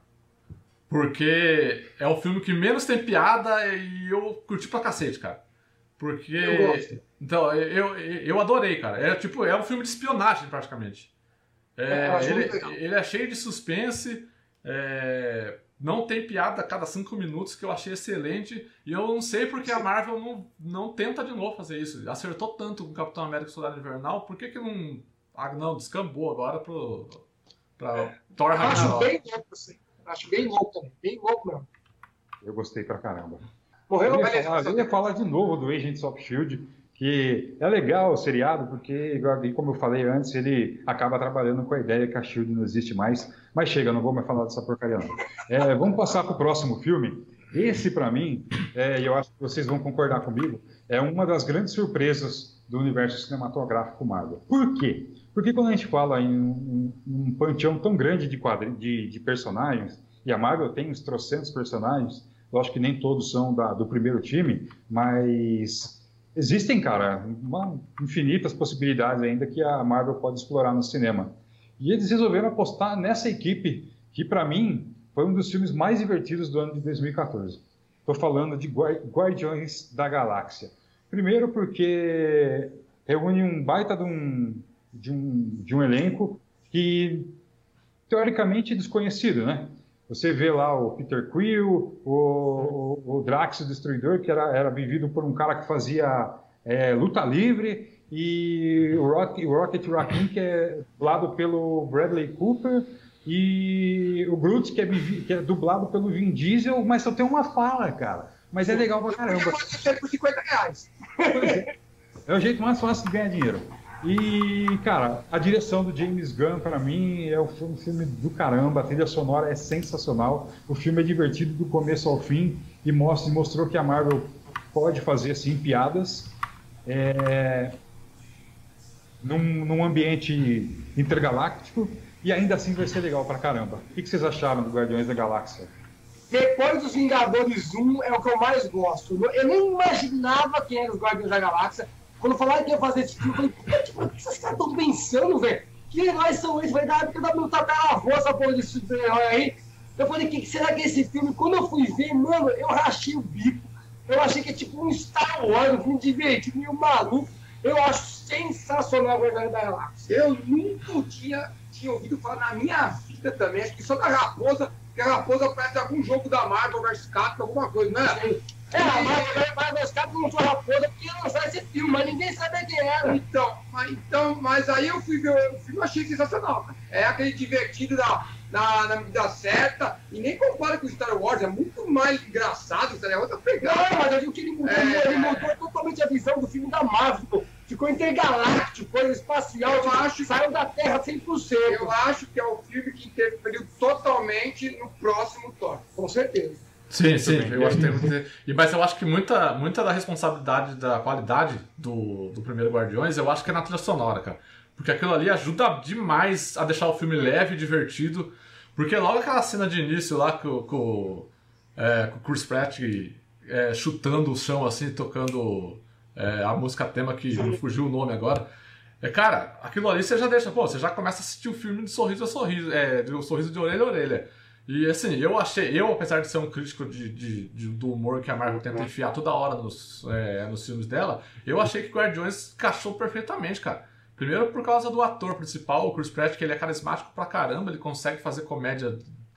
Porque é o filme que menos tem piada e eu curti pra cacete, cara. Porque... Eu gosto. Então, eu, eu adorei, cara. É, tipo, é um filme de espionagem, praticamente. É, é, ele, ele é cheio de suspense, é, não tem piada a cada cinco minutos, que eu achei excelente. E eu não sei porque a Marvel não, não tenta de novo fazer isso. Acertou tanto com o Capitão América e o Soldado Invernal, por que que não... Ah, não, descambou agora pro... Pra é. Thor Ragnarok. Acho bem louco, assim. Acho bem louco também. Bem louco mesmo. Eu gostei pra caramba. Morreu, eu ia, falar, eu ia falar de novo do Agents of Shield, que é legal o seriado, porque, como eu falei antes, ele acaba trabalhando com a ideia que a Shield não existe mais. Mas chega, não vou mais falar dessa porcaria não. É, vamos passar pro próximo filme. Esse, pra mim, é, e eu acho que vocês vão concordar comigo, é uma das grandes surpresas do universo cinematográfico Marvel. Por quê? Porque quando a gente fala em um, um panteão tão grande de, quadri, de, de personagens, e a Marvel tem uns trocentos personagens, lógico que nem todos são da, do primeiro time, mas existem, cara, uma, infinitas possibilidades ainda que a Marvel pode explorar no cinema. E eles resolveram apostar nessa equipe, que para mim foi um dos filmes mais divertidos do ano de dois mil e quatorze. Estou falando de Guardiões da Galáxia. Primeiro porque reúne um baita de um... De um, de um elenco que, teoricamente, é desconhecido, né? Você vê lá o Peter Quill, o, o, o Drax, o Destruidor, que era, era vivido por um cara que fazia é, luta livre, e o Rocket, o Rocket Raccoon, que é dublado pelo Bradley Cooper, e o Groot, que é, que é dublado pelo Vin Diesel, mas só tem uma fala, cara. Mas é legal pra caramba. Por cinquenta reais. É. é o jeito mais fácil de ganhar dinheiro. E, cara, a direção do James Gunn, para mim, é um filme do caramba. A trilha sonora é sensacional. O filme é divertido do começo ao fim e mostra, mostrou que a Marvel pode fazer, assim, piadas é, num, num ambiente intergaláctico e ainda assim vai ser legal pra caramba. O que vocês acharam do Guardiões da Galáxia? Depois dos Vingadores um, é o que eu mais gosto. Eu nem imaginava quem eram os Guardiões da Galáxia. Quando falaram que ia fazer esse filme, eu falei, o que esses caras estão pensando, velho? que heróis são esses? Foi da época da meu tataravô, essa porra de super-herói aí. Eu falei, o que, que será que é esse filme? Quando eu fui ver, mano, eu rachei o bico. Eu achei que é tipo um Star Wars, um filme divertido, meio maluco. Eu acho sensacional a Guardiões da Galáxia. Eu nunca tinha, tinha ouvido falar na minha vida também. Acho que só da Raposa, que a Raposa parece algum jogo da Marvel versus Capcom, alguma coisa, né? É, a Marvel versus Capcom não foi Raposa porque ia lançar esse filme, mas ninguém sabia quem era. Então, mas, então, mas aí eu fui ver o filme e achei sensacional. É aquele divertido da, na, na medida certa, e nem compara com o Star Wars, é muito mais engraçado, é outra pegada. Não, mas eu vi que ele mudou, é... ele mudou totalmente a visão do filme da Marvel. Ficou intergaláctico, coisa espacial, eu tipo, acho, saiu da Terra cem por cento. Eu acho que é o filme que interferiu totalmente no próximo Thor. Com certeza. Sim, sim, eu acho que tem muito... E, mas eu acho que muita, muita da responsabilidade da qualidade do, do primeiro Guardiões, eu acho que é na trilha sonora, cara. Porque aquilo ali ajuda demais a deixar o filme leve e divertido. Porque logo aquela cena de início lá com, com, é, com o Chris Pratt é, chutando o chão assim, tocando é, a música tema que me fugiu o nome agora. É, cara, aquilo ali você já deixa, pô, você já começa a assistir o filme de sorriso a sorriso, é, de sorriso de orelha a orelha. E assim, eu achei, eu apesar de ser um crítico de, de, de, do humor que a Marvel tenta enfiar toda hora nos, é, nos filmes dela, eu achei que Guardiões encaixou perfeitamente, cara. Primeiro por causa do ator principal, o Chris Pratt, que ele é carismático pra caramba, ele consegue fazer comédia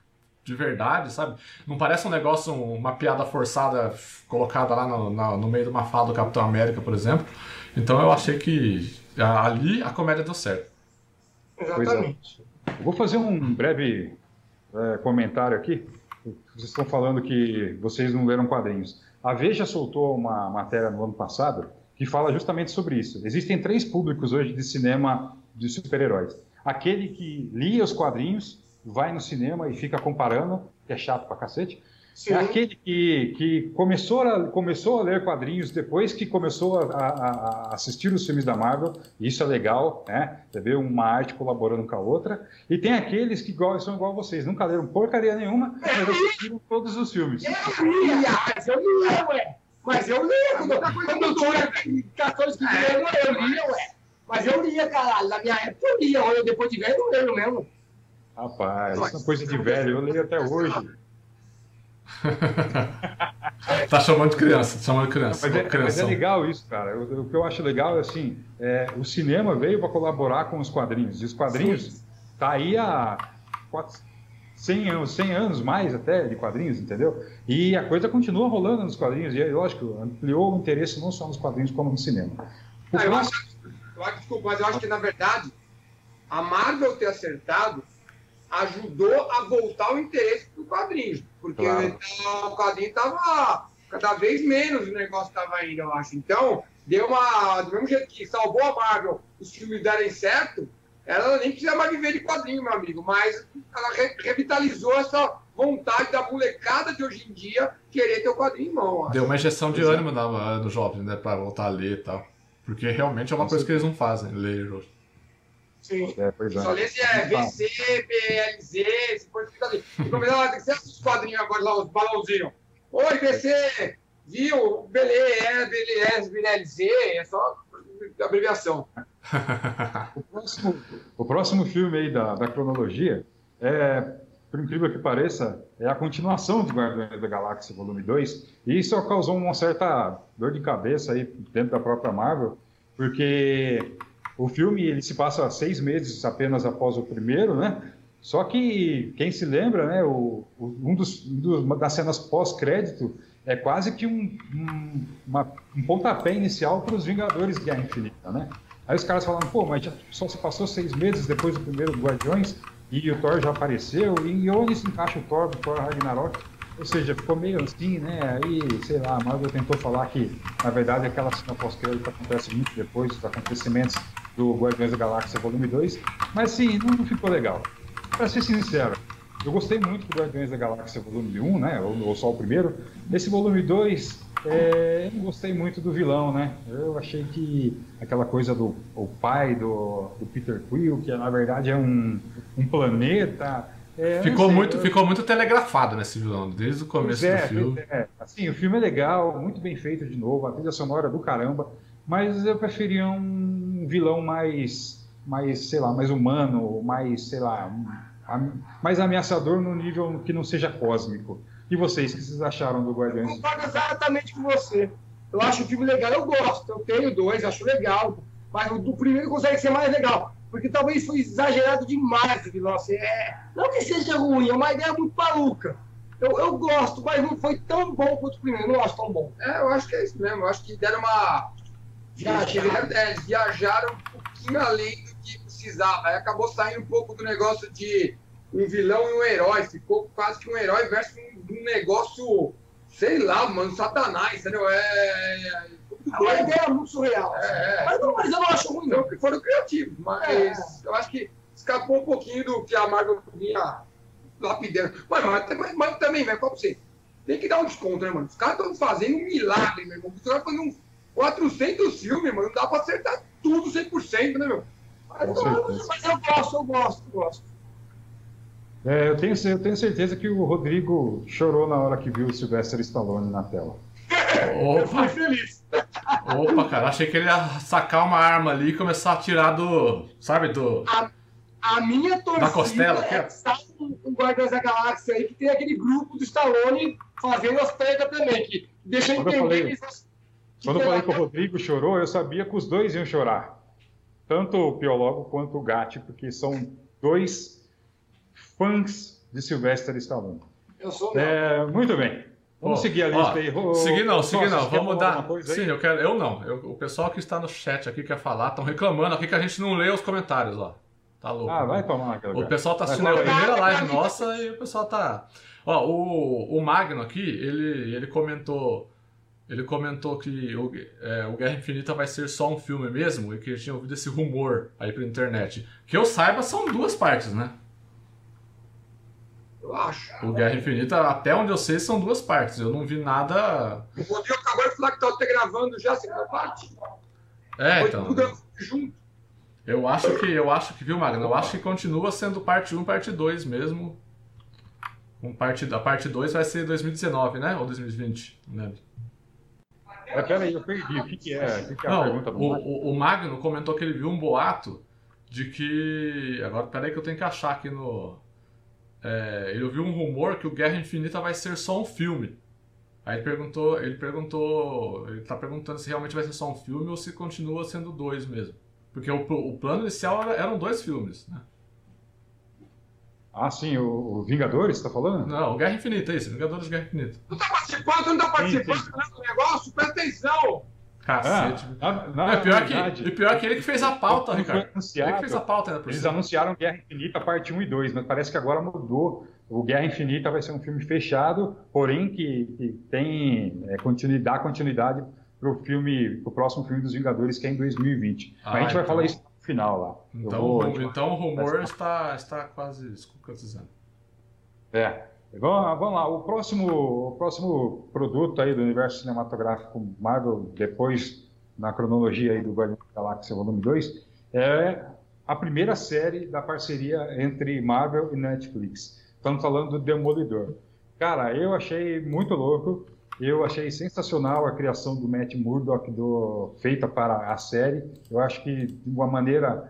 de verdade, sabe? Não parece um negócio, uma piada forçada colocada lá no, na, no meio de uma fala do Capitão América, por exemplo. Então eu achei que ali a comédia deu certo. Exatamente. É. Eu vou fazer um breve... É, comentário aqui. Vocês estão falando que vocês não leram quadrinhos. A Veja soltou uma matéria no ano passado que fala justamente sobre isso. Existem três públicos hoje de cinema de super-heróis. Aquele que lia os quadrinhos, vai no cinema e fica comparando, que é chato pra cacete. Sim. É aquele que, que começou, a, começou a ler quadrinhos depois que começou a, a, a assistir os filmes da Marvel, e isso é legal, né? Você vê uma arte colaborando com a outra. E tem aqueles que igual, são igual a vocês, nunca leram porcaria nenhuma, mas assistiram todos os filmes. Eu lia, mas eu lia, ué. Mas eu lia, quando, quando eu tinha cartões que lia, eu lia, ué. Mas eu lia, caralho. Na minha época eu lia, eu depois de velho eu leio mesmo. Rapaz, isso é coisa de velho, eu leio até hoje. Tá chamando de criança, tá chamando de criança. Mas é, mas é legal isso, cara. O, o que eu acho legal é assim, é, o cinema veio para colaborar com os quadrinhos. E os quadrinhos Sim. tá aí há cem anos, cem anos mais até de quadrinhos, entendeu? E a coisa continua rolando nos quadrinhos. E é lógico, ampliou o interesse não só nos quadrinhos como no cinema. Ah, eu, acho, eu acho, desculpa, mas eu acho que na verdade a Marvel ter acertado ajudou a voltar o interesse do quadrinho, porque claro. o quadrinho estava cada vez menos, o negócio estava indo, eu acho. Então, deu uma. Do mesmo jeito que salvou a Marvel, os filmes derem certo, ela nem precisa mais viver de quadrinho, meu amigo, mas ela re revitalizou essa vontade da molecada de hoje em dia querer ter o quadrinho em mão. Deu uma injeção de ânimo no jovem, né, para voltar a ler e tal. Porque realmente é uma coisa que eles não fazem, ler hoje. Sim. É, pois é. Só lê se é V C, B L Z, se for ficar ali. E começar tem que ser os quadrinhos agora lá, os balãozinhos. Oi, V C, viu? Beleza, beleza, B L Z, é só abreviação. o, próximo, o próximo filme aí da, da cronologia é, por incrível que pareça, é a continuação de Guardiões da Galáxia Volume dois. E isso causou uma certa dor de cabeça aí dentro da própria Marvel, porque o filme ele se passa seis meses apenas após o primeiro, né? Só que, quem se lembra, né, o, o, um dos, um dos, uma das cenas pós-crédito é quase que um, um, uma, um pontapé inicial para os Vingadores Guerra Infinita, né? Aí os caras falam, pô, mas já só se passou seis meses depois do primeiro Guardiões e o Thor já apareceu, e onde se encaixa o Thor, do Thor Ragnarok? Ou seja, ficou meio assim, né? Aí, sei lá, a Marvel tentou falar que, na verdade, aquela cena pós-crédito acontece muito depois dos acontecimentos do Guardiões da Galáxia Volume dois, mas sim, não, não ficou legal. Pra ser sincero, eu gostei muito do Guardiões da Galáxia Volume um, né? Ou, ou só o primeiro. Nesse Volume dois, é, eu não gostei muito do vilão, né? Eu achei que aquela coisa do o pai do, do Peter Quill, que na verdade é um, um planeta. É, ficou, sei, muito, eu... ficou muito telegrafado nesse vilão, desde o começo é, do filme. É. Assim, o filme é legal, muito bem feito de novo, a trilha sonora é do caramba, mas eu preferia um vilão mais mais, sei lá, mais humano, mais, sei lá, mais ameaçador no nível que não seja cósmico. E vocês, o que vocês acharam do Guardiões? Eu concordo exatamente com você. Eu acho o filme legal, eu gosto. Eu tenho dois, acho legal. Mas o do primeiro consegue ser mais legal. Porque talvez foi exagerado demais o vilão. Assim, é... Não que seja ruim, é uma ideia muito maluca. Eu, eu gosto, mas não foi tão bom quanto o primeiro. Eu não acho tão bom. É, eu acho que é isso mesmo. Eu acho que deram uma... Viajaram, é, eles viajaram um pouquinho além do que precisava. Aí acabou saindo um pouco do negócio de um vilão e um herói. Ficou quase que um herói versus um, um negócio, sei lá, mano, satanás, entendeu? É... é... É uma ideia muito surreal. É, é. Mas, não, mas eu não acho ruim, não. Foram criativos, mas é. eu acho que escapou um pouquinho do que a Marvel vinha lapidando. Mas, mas, mas, mas também, velho, qual pra você? Tem que dar um desconto, né, mano? Os caras estão fazendo um milagre, meu irmão. Os caras fazendo um quatrocentos filmes, mano. Não dá pra acertar tudo cem por cento, né, meu? Mas, mas, mas eu gosto, eu gosto, eu gosto. É, eu, tenho, eu tenho certeza que o Rodrigo chorou na hora que viu o Sylvester Stallone na tela. Opa. Eu fui feliz. Opa, cara, achei que ele ia sacar uma arma ali e começar a tirar do, sabe, do... A, a minha torcida da costela, é que sabe o Guardiões da Galáxia aí, que tem aquele grupo do Stallone fazendo as tretas também, que deixa eu Quando entender... eu falei, que quando eu falei que o que... Rodrigo chorou, eu sabia que os dois iam chorar. Tanto o Piologo quanto o Gatti, porque são dois fãs de Sylvester Stallone. Eu sou é, muito bem. Vamos oh, seguir a lista ó, aí. Oh, seguir não, seguir não. Vamos dar. Sim, aí? eu quero. Eu não. Eu, o pessoal que está no chat aqui quer falar, estão reclamando aqui que a gente não lê os comentários, ó. Tá louco. Ah, vai tomar. O pessoal tá assistindo a primeira live nossa e o pessoal tá. Ó, o, o Magno aqui, ele, ele comentou. Ele comentou que o, é, o Guerra Infinita vai ser só um filme mesmo e que ele tinha ouvido esse rumor aí pela internet. Que eu saiba, são duas partes, né? Eu acho. O Guerra Infinita, até onde eu sei, são duas partes. Eu não vi nada... O Rodrigo acabou de falar que tá gravando já a segunda parte. É, Foi então... tudo junto. Eu acho que, eu acho que, viu, Magno? Eu acho que continua sendo parte um e parte dois mesmo. Um parte, a parte dois vai ser dois mil e dezenove, né? Ou dois mil e vinte, né? É, peraí, eu perdi. O que, que é, o que, que é não, a pergunta do o, Magno? O, o Magno comentou que ele viu um boato de que... Agora, peraí que eu tenho que achar aqui no... É, ele ouviu um rumor que o Guerra Infinita vai ser só um filme. Aí ele perguntou, ele perguntou, ele tá perguntando se realmente vai ser só um filme ou se continua sendo dois mesmo. Porque o, o plano inicial era, eram dois filmes, né? Ah, sim, o, o Vingadores, você tá falando? Não, o Guerra Infinita, isso, Vingadores Guerra Infinita. Tu tá participando, tu não tá participando sim, sim. do negócio? Presta atenção! Cacete. Ah, na, na é, pior verdade, que, e pior que ele que fez a pauta, foi Ricardo. Anunciado, ele que fez a pauta ainda por Eles cima. anunciaram Guerra Infinita parte um e dois, mas parece que agora mudou. O Guerra Infinita vai ser um filme fechado, porém que, que tem é, continuidade, dá continuidade pro filme, pro próximo filme dos Vingadores, que é em dois mil e vinte. Ah, mas a gente então, vai falar isso no final lá. Então, vou, o, então o rumor está, está quase concretizando. É. Vamos, vamos lá, o próximo, o próximo produto aí do universo cinematográfico Marvel, depois na cronologia aí do Guardiões da Galáxia Volume dois, é a primeira série da parceria entre Marvel e Netflix. Estamos falando do Demolidor. Cara, eu achei muito louco, eu achei sensacional a criação do Matt Murdock do, feita para a série. Eu acho que, de uma maneira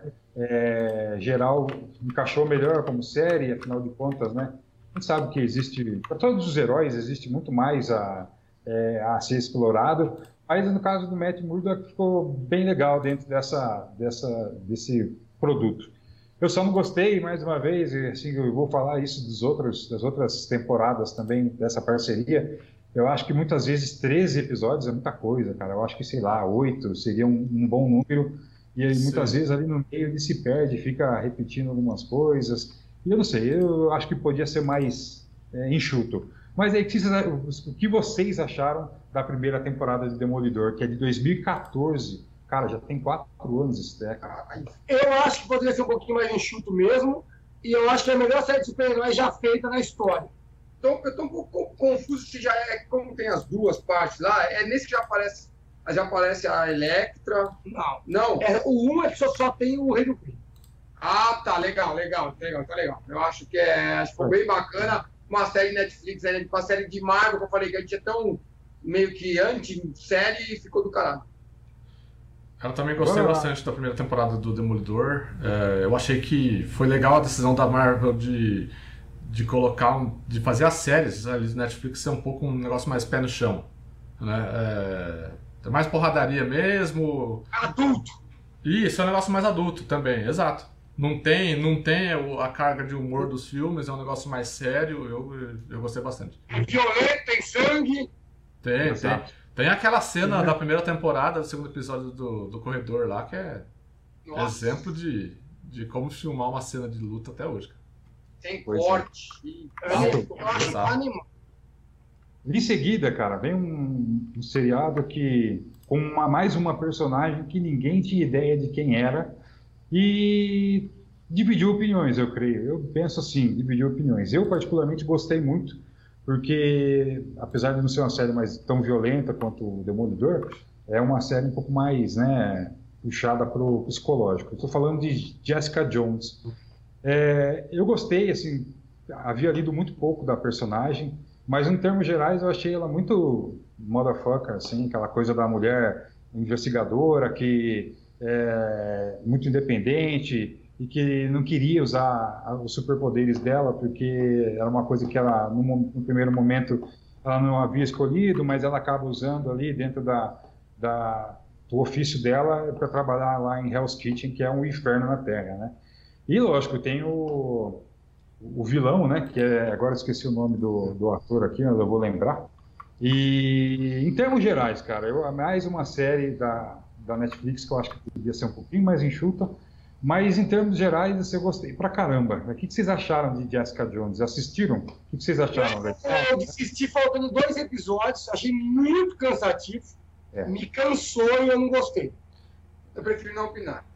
é, geral, encaixou melhor como série, afinal de contas, né? A gente sabe que existe, para todos os heróis, existe muito mais a, é, a ser explorado, mas no caso do Matt Murdock ficou bem legal dentro dessa, dessa, desse produto. Eu só não gostei, mais uma vez, e assim, eu vou falar isso dos outros, das outras temporadas também dessa parceria, eu acho que muitas vezes treze episódios é muita coisa, cara. Eu acho que, sei lá, oito seria um, um bom número, e aí, muitas vezes ali no meio ele se perde, fica repetindo algumas coisas. E eu não sei, eu acho que podia ser mais é, enxuto. Mas aí, o que vocês acharam da primeira temporada de Demolidor, que é de dois mil e quatorze? Cara, já tem quatro anos isso, né, cara? Eu acho que poderia ser um pouquinho mais enxuto mesmo, e eu acho que é a melhor série de super-heróis já feita na história. Então, eu estou um pouco confuso se já é, como tem as duas partes lá, é nesse que já aparece, já aparece a Elektra? Não. Não? É, o um é que só, só tem o Rei do Crime. Ah, tá, legal, legal, legal, tá legal. Eu acho que é, acho que foi bem bacana uma série Netflix, né, uma série de Marvel, que eu falei que a gente é tão meio que anti-série e ficou do caralho. Eu também gostei Olá. bastante da primeira temporada do Demolidor. É, eu achei que foi legal a decisão da Marvel de, de colocar, um, de fazer as séries ali do Netflix ser um pouco um negócio mais pé no chão. Né? É, é mais porradaria mesmo. Adulto. Isso, é um negócio mais adulto também, exato. Não tem, não tem a carga de humor dos filmes, é um negócio mais sério, eu, eu gostei bastante. É violento, tem sangue. Tem, tem. Exato. Tem aquela cena Sim, né? da primeira temporada, do segundo episódio do, do Corredor lá, que é Nossa, exemplo de, de como filmar uma cena de luta até hoje. cara. tem Pois é. corte. e- Eu acho Exato. animal. Em seguida, cara, vem um, um seriado que com uma, mais uma personagem que ninguém tinha ideia de quem era e dividiu opiniões, eu creio. Eu penso assim, dividiu opiniões. Eu particularmente gostei muito, porque apesar de não ser uma série mais tão violenta quanto o Demolidor, é uma série um pouco mais, né, puxada para o psicológico. Estou falando de Jessica Jones. É, eu gostei, assim, havia lido muito pouco da personagem, mas em termos gerais eu achei ela muito motherfucker, assim, aquela coisa da mulher investigadora que é muito independente e que não queria usar os superpoderes dela porque era uma coisa que ela, no, no primeiro momento, ela não havia escolhido, mas ela acaba usando ali dentro da, da, do ofício dela para trabalhar lá em Hell's Kitchen, que é um inferno na Terra, né? E, lógico, tem o, o vilão, né? Que é, agora eu esqueci o nome do, do ator aqui, mas eu vou lembrar. E, em termos gerais, cara, eu, mais uma série da, da Netflix que eu acho que podia ser um pouquinho mais enxuta, mas em termos gerais eu gostei pra caramba. O que, que vocês acharam de Jessica Jones? Assistiram? O que, que vocês acharam? velho? Eu assisti faltando dois episódios, achei muito cansativo. É. Me cansou e eu não gostei. Eu prefiro não opinar.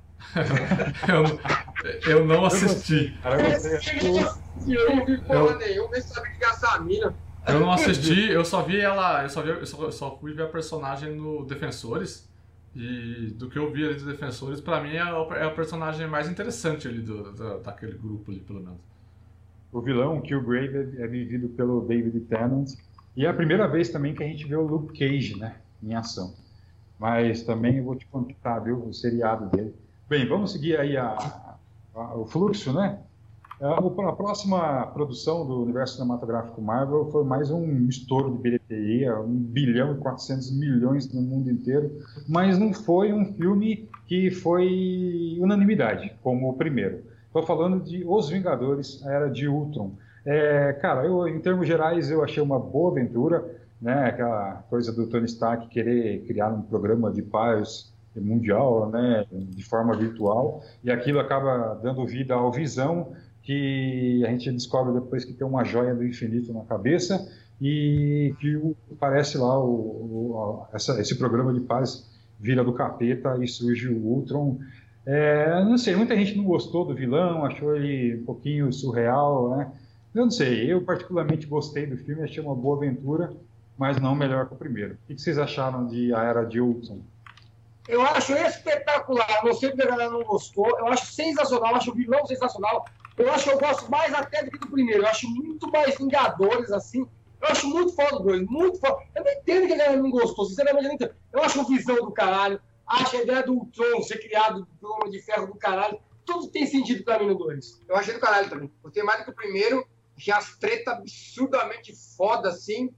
eu, eu não assisti. Cara, eu gostei. Eu não vi porra nenhuma, nem sabia que gastar a mina. Eu não assisti, eu só vi ela. Eu só, vi, eu só, eu só fui ver a personagem no Defensores. E do que eu vi ali dos Defensores, pra mim é a, é a personagem mais interessante ali do, do, daquele grupo ali, pelo menos. O vilão, Killgrave, é vivido pelo David Tennant. E é a primeira vez também que a gente vê o Luke Cage, né, em ação. Mas também eu vou te contar, viu, o seriado dele. Bem, vamos seguir aí a, a, o fluxo, né? A próxima produção do universo cinematográfico Marvel foi mais um estouro de bilheteria, um bilhão e quatrocentos milhões no mundo inteiro, mas não foi um filme que foi unanimidade, como o primeiro. Estou falando de Os Vingadores, a Era de Ultron. É, cara, eu, em termos gerais, eu achei uma boa aventura, né? Aquela coisa do Tony Stark querer criar um programa de paz mundial, né? De forma virtual, e aquilo acaba dando vida ao Visão, que a gente descobre depois que tem uma joia do infinito na cabeça e que o, parece lá o, o, essa, esse programa de paz vira do capeta e surge o Ultron. É, não sei, muita gente não gostou do vilão, achou ele um pouquinho surreal, né? Eu não sei, eu particularmente gostei do filme, achei uma boa aventura, mas não melhor que o primeiro. O que vocês acharam de A Era de Ultron? Eu acho espetacular, não sei porque a galera não gostou, eu acho sensacional, eu acho o vilão sensacional. Eu acho que eu gosto mais até do que do primeiro. Eu acho muito mais Vingadores, assim. Eu acho muito foda o dois, muito foda. Eu não entendo que a galera não gostou, sinceramente, eu não entendo. Eu acho o Visão do caralho, acho a ideia do Ultron ser criado do Homem de Ferro do caralho. Tudo tem sentido pra mim no dois. Eu achei do caralho também. Gostei mais do que o primeiro. Achei as tretas absurdamente foda, assim.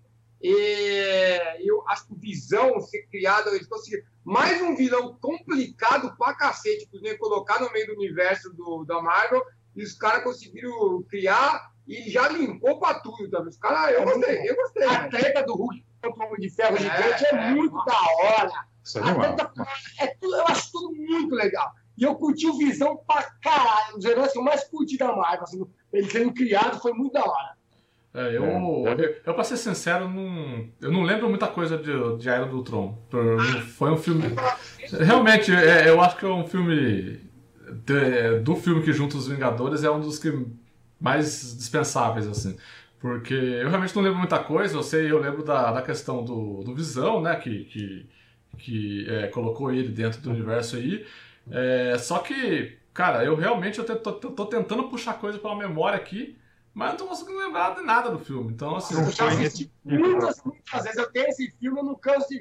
E eu acho que o Visão ser criado, eles conseguiram. Mais um vilão complicado pra cacete, que nem colocar no meio do universo do, da Marvel. E os caras conseguiram criar e já limpou pra tudo também. Os caras, eu gostei, eu gostei. A treta do Hulk contra o Homem de Ferro gigante é, é muito é, da hora. Isso é a treta, é tudo, eu acho tudo muito legal. E eu curti o Visão pra caralho. Os heróis que eu mais curti da Marvel. Assim, ele sendo criado foi muito da hora. É, eu, eu, eu, pra ser sincero, não, eu não lembro muita coisa de, de Era do Ultron. Foi um filme... Realmente, é, eu acho que é um filme... De, do filme que junta os Vingadores é um dos que mais dispensáveis, assim. Porque eu realmente não lembro muita coisa, eu sei, eu lembro da, da questão do, do Visão, né, que, que, que é, colocou ele dentro do universo aí. É, só que, cara, eu realmente eu tô, tô, tô tentando puxar coisa pela memória aqui, mas não tô conseguindo lembrar de nada do filme. Então, assim... Eu já assisti muitas, muitas vezes. Eu tenho esse filme, eu não canso de ver.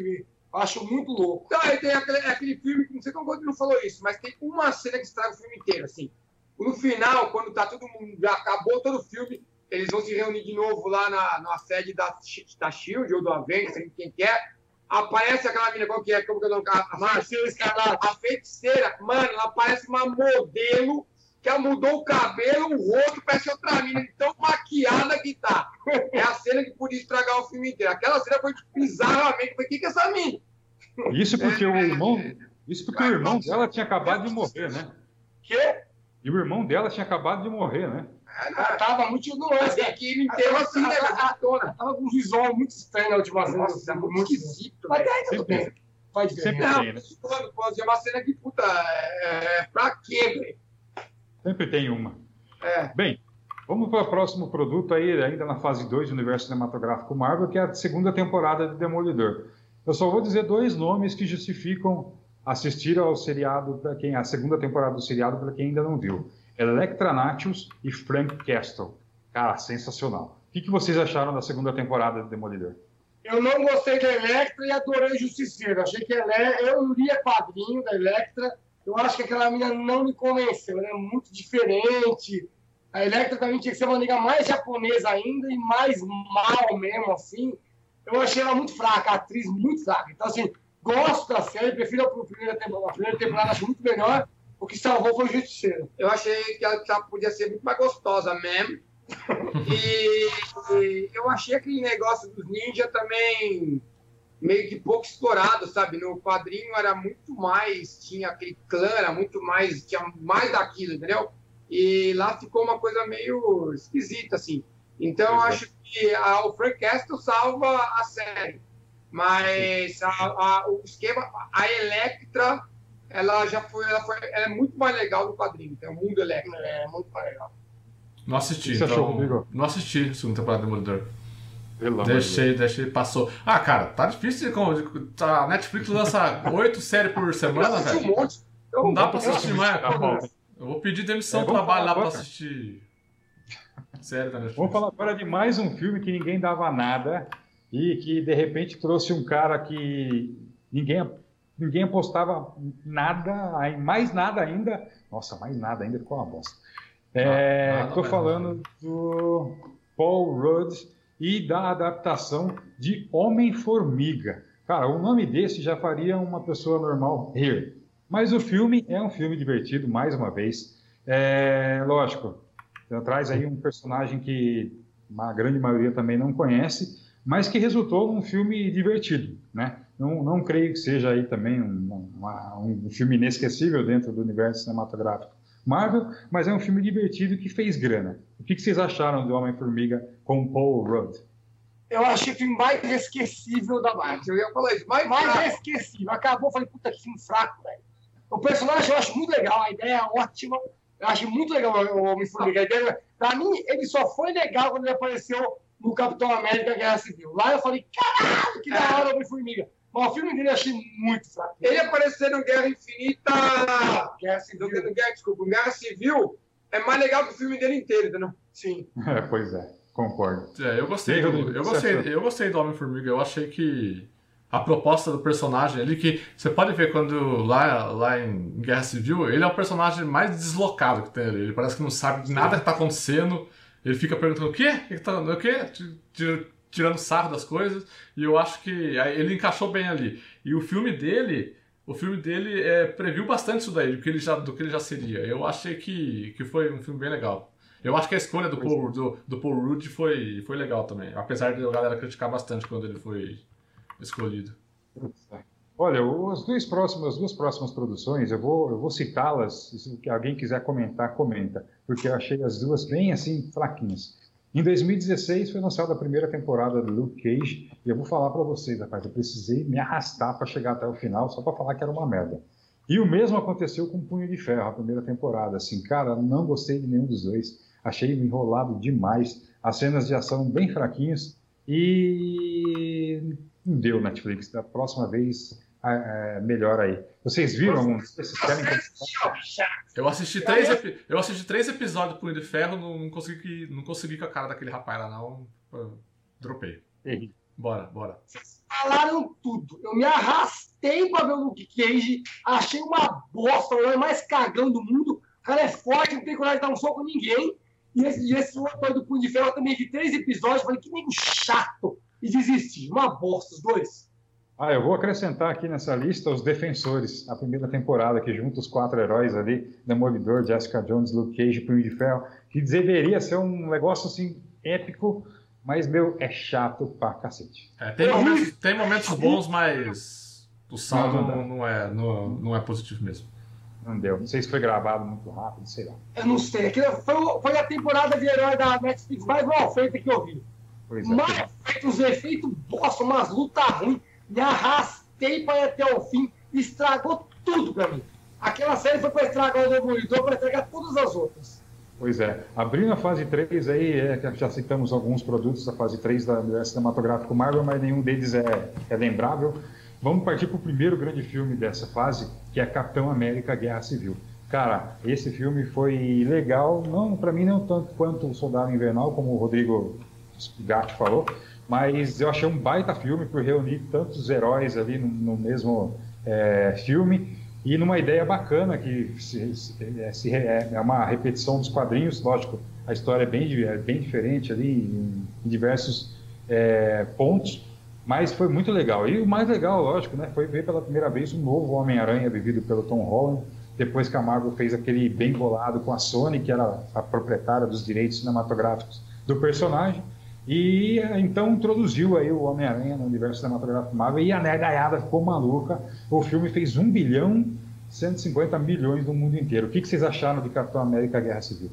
Acho muito louco. Então, aí tem aquele, aquele filme, que não sei como ele não falou isso, mas tem uma cena que estraga o filme inteiro, assim. No final, quando tá todo mundo, já acabou todo o filme, eles vão se reunir de novo lá na, na sede da, da Shield ou do Avengers, sei quem que é. Aparece aquela menina, qual que é? Como que eu não... A, a, a feiticeira, mano, ela parece uma modelo que ela mudou o cabelo, o rosto, parece outra menina, de tão maquiada que tá. É a cena que podia estragar o filme inteiro. Aquela cena foi bizarramente, foi o que que é essa menina? Isso porque é, o irmão, isso porque o irmão dela tinha acabado de morrer, né? Quê? E o irmão dela tinha acabado de morrer, né? Ela tava muito no lance. Tem que ir inteiro assim, né? Ela tava com um visual muito estranho na última cena. Nossa, muito esquisito. Mas até aí tudo bem. Pode ver. Sempre tem, né? Quando pode é uma cena que, puta, é, pra quê, velho? Sempre tem uma. É. Bem, vamos para o próximo produto aí, ainda na fase dois do universo cinematográfico Marvel, que é a segunda temporada de Demolidor. Eu só vou dizer dois nomes que justificam assistir ao seriado, para quem a segunda temporada do seriado, para quem ainda não viu. Elektra Natchius e Frank Castle. Cara, sensacional. O que, que vocês acharam da segunda temporada de Demolidor? Eu não gostei da Elektra e adorei Justiceiro. Achei que ela é... Eu lia quadrinho da Elektra. Eu acho que aquela menina não me convenceu. Ela é muito diferente. A Elektra também tinha que ser uma nega mais japonesa ainda e mais mal mesmo, assim. Eu achei ela muito fraca, a atriz muito fraca. Então, assim, gosto da série, prefiro a primeira temporada. A primeira temporada acho muito melhor. O que salvou foi o Justiceiro. Eu achei que ela podia ser muito mais gostosa mesmo. E, e eu achei aquele negócio dos ninjas também meio que pouco explorado, sabe? No quadrinho era muito mais, tinha aquele clã, era muito mais, tinha mais daquilo, entendeu? E lá ficou uma coisa meio esquisita, assim. Então eu acho que a, o Frank Castle salva a série. Mas a, a, o esquema, a Elektra, ela já foi, ela foi, ela é muito mais legal do quadrinho. Tem o mundo Elektra, é muito mais legal. Não assisti, Você então. achou, Rodrigo? Não assisti a segunda temporada do Demolidor. Pelo Deixei, deixei, passou. Ah, cara, tá difícil. Como, a Netflix lança oito séries por semana, velho. Um monte. Então, Não dá pra assistir mais. Tá bom. Eu vou pedir demissão É, do vamos trabalho lá falar pra agora. assistir série da Netflix. Vamos falar agora de mais um filme que ninguém dava nada e que, de repente, trouxe um cara que ninguém, ninguém apostava nada, aí mais nada ainda. Nossa, mais nada ainda ficou uma bosta. Estou falando do Paul Rudd e da adaptação de Homem-Formiga. Cara, o nome desse já faria uma pessoa normal rir. Mas o filme é um filme divertido, mais uma vez. É, lógico, traz aí um personagem que uma grande maioria também não conhece, mas que resultou num filme divertido, né? Não, não creio que seja aí também um, uma, um filme inesquecível dentro do universo cinematográfico Marvel, mas é um filme divertido que fez grana. O que, que vocês acharam do Homem-Formiga com Paul Rudd? Eu achei o filme mais esquecível da Marvel. Eu ia falar isso, mais, Mais esquecível. Acabou, falei, puta, que filme fraco, velho. O personagem eu acho muito legal, a ideia é ótima. Eu acho muito legal o Homem-Formiga. A ideia, pra mim, ele só foi legal quando ele apareceu no Capitão América Guerra Civil. Lá eu falei, caralho, que da hora o Homem-Formiga. Mas o filme dele eu achei muito fraco. Ele aparecer no Guerra Infinita. Guerra Civil. No, no Guerra, desculpa, no Guerra Civil é mais legal que o filme dele inteiro, entendeu? Sim. É, pois é, concordo. É, eu gostei, Ei, do, Rodrigo, eu o que gostei, você achou? eu gostei do Homem-Formiga. Eu achei que a proposta do personagem ali, que você pode ver quando lá, lá em Guerra Civil, ele é o personagem mais deslocado que tem ali. Ele parece que não sabe de nada que tá acontecendo. Ele fica perguntando o quê? O que tá, o quê? Tirando sarro das coisas. E eu acho que aí ele encaixou bem ali. E o filme dele, o filme dele é, previu bastante isso daí, do que ele já, do que ele já seria. Eu achei que, que foi um filme bem legal. Eu acho que a escolha do Paul, do, do Paul Rudd foi, foi legal também. Apesar de a galera criticar bastante quando ele foi escolhido. Olha, as duas próximas, as duas próximas produções, eu vou, eu vou citá-las, se alguém quiser comentar, comenta, porque eu achei as duas bem, assim, fraquinhas. Em dois mil e dezesseis foi lançada a primeira temporada do Luke Cage, e eu vou falar para vocês, rapaz, eu precisei me arrastar para chegar até o final, só para falar que era uma merda. E o mesmo aconteceu com Punho de Ferro, a primeira temporada, assim, cara, não gostei de nenhum dos dois, achei enrolado demais, as cenas de ação bem fraquinhas, e não deu, Netflix, da próxima vez é, melhor aí. Vocês viram algum desses? Querem... Eu assisti três, epi... eu assisti três episódios do Punho de Ferro, não, não, consegui, não consegui com a cara daquele rapaz lá, não. Eu dropei. Bora, bora. Vocês falaram tudo. Eu me arrastei pra ver o Luke Cage, achei uma bosta, o homem mais cagão do mundo. O cara é forte, não tem coragem de dar um soco em ninguém. E esse, e esse outro do Punho de Ferro eu também vi três episódios, falei que nego chato. E desisti. Uma bosta, os dois. Ah, eu vou acrescentar aqui nessa lista os Defensores, a primeira temporada, que junta os quatro heróis ali, Demolidor, Jessica Jones, Luke Cage, Punho de Ferro, que deveria ser um negócio assim épico, mas, meu, é chato pra cacete. É, tem, momentos, tem momentos bons, mas o saldo Não, não, não não, é, não, não é positivo mesmo. Não deu. Não sei se foi gravado muito rápido, sei lá. Eu não sei. Aquilo foi, foi a temporada de herói da Netflix mais mal feita que eu vi. Pois é. Mais feito, os efeitos, bosta, umas lutas ruins. Me arrastei para ir até o fim. Estragou tudo pra mim. Aquela série foi para estragar o Demolidor, para estragar todas as outras. Pois é. Abrindo a fase três aí, é, já citamos alguns produtos da fase três da universo cinematográfico Marvel, mas nenhum deles é, é lembrável. Vamos partir para o primeiro grande filme dessa fase, que é Capitão América Guerra Civil. Cara, esse filme foi legal, não para mim não tanto quanto o Soldado Invernal, como o Rodrigo Gatti falou, mas eu achei um baita filme por reunir tantos heróis ali no, no mesmo é, filme e numa ideia bacana que se, se, se, é uma repetição dos quadrinhos, lógico, a história é bem, é bem diferente ali em, em diversos é, pontos, mas foi muito legal. E o mais legal, lógico, né, foi ver pela primeira vez um novo Homem-Aranha vivido pelo Tom Holland, depois que a Marvel fez aquele bem bolado com a Sony, que era a proprietária dos direitos cinematográficos do personagem, e então introduziu aí o Homem-Aranha no universo cinematográfico Marvel, e a negaiada ficou maluca. O filme fez um bilhão e cento e cinquenta milhões no mundo inteiro. O que, que vocês acharam de Capitão América Guerra Civil?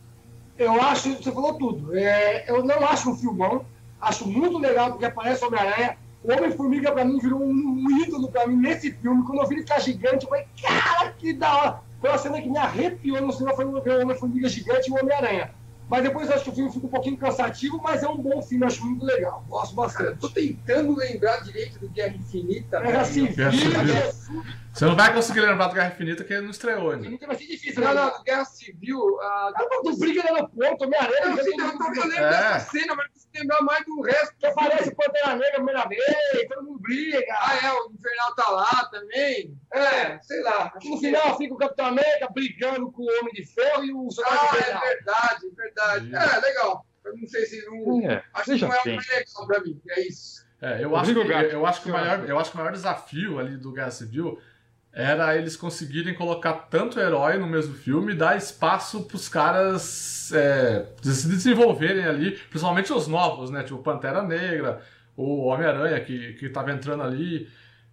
Eu acho, você falou tudo. É, eu não acho um filmão, acho muito legal porque aparece o Homem-Aranha. O Homem-Formiga pra mim virou um, um ídolo pra mim nesse filme. Quando eu vi ele ficar gigante, eu falei, cara, que da hora. Foi uma cena que me arrepiou no cinema, foi o Homem-Formiga gigante e o Homem-Aranha. Mas depois eu acho que o filme fica um pouquinho cansativo, mas é um bom filme, acho muito legal. Gosto bastante. Cara, eu tô tentando lembrar direito do Guerra Infinita. Guerra Civil. Guerra Civil. Você não vai conseguir lembrar do Guerra Infinita, que ele não estreou ainda. Infinita vai ser difícil, Não, né? não, do Guerra Civil. A... Cara, quando briga no aeroporto, Homem-Aranha... Eu, já sim, todo eu, mundo tô, eu briga. lembro É. dessa cena, mas não preciso lembrar mais do resto. Que aparece Pantera Negra a primeira vez, todo mundo briga. Ah, é, o Infernal tá lá também. É, sei lá. No final fica o Capitão América brigando com o Homem de Ferro e o Soldado Ah, é Invernal. verdade, é verdade. É, legal. Eu não sei se não. É, acho que veja não é o bem. mais legal pra mim. É isso. É, eu, acho que, Rodrigo Gatti, eu, acho que o o que você maior, acha? eu acho que o maior desafio ali do Guerra Civil era eles conseguirem colocar tanto herói no mesmo filme e dar espaço pros caras é, se desenvolverem ali, principalmente os novos, né? Tipo Pantera Negra, o Homem-Aranha que, que tava entrando ali.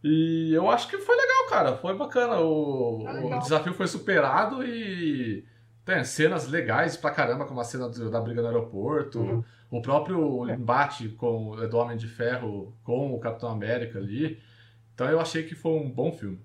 E eu acho que foi legal, cara. Foi bacana. O, É legal. o desafio foi superado e tem cenas legais pra caramba, como a cena do- da briga no aeroporto, Uhum. o próprio embate com, do Homem de Ferro com o Capitão América ali. Então eu achei que foi um bom filme.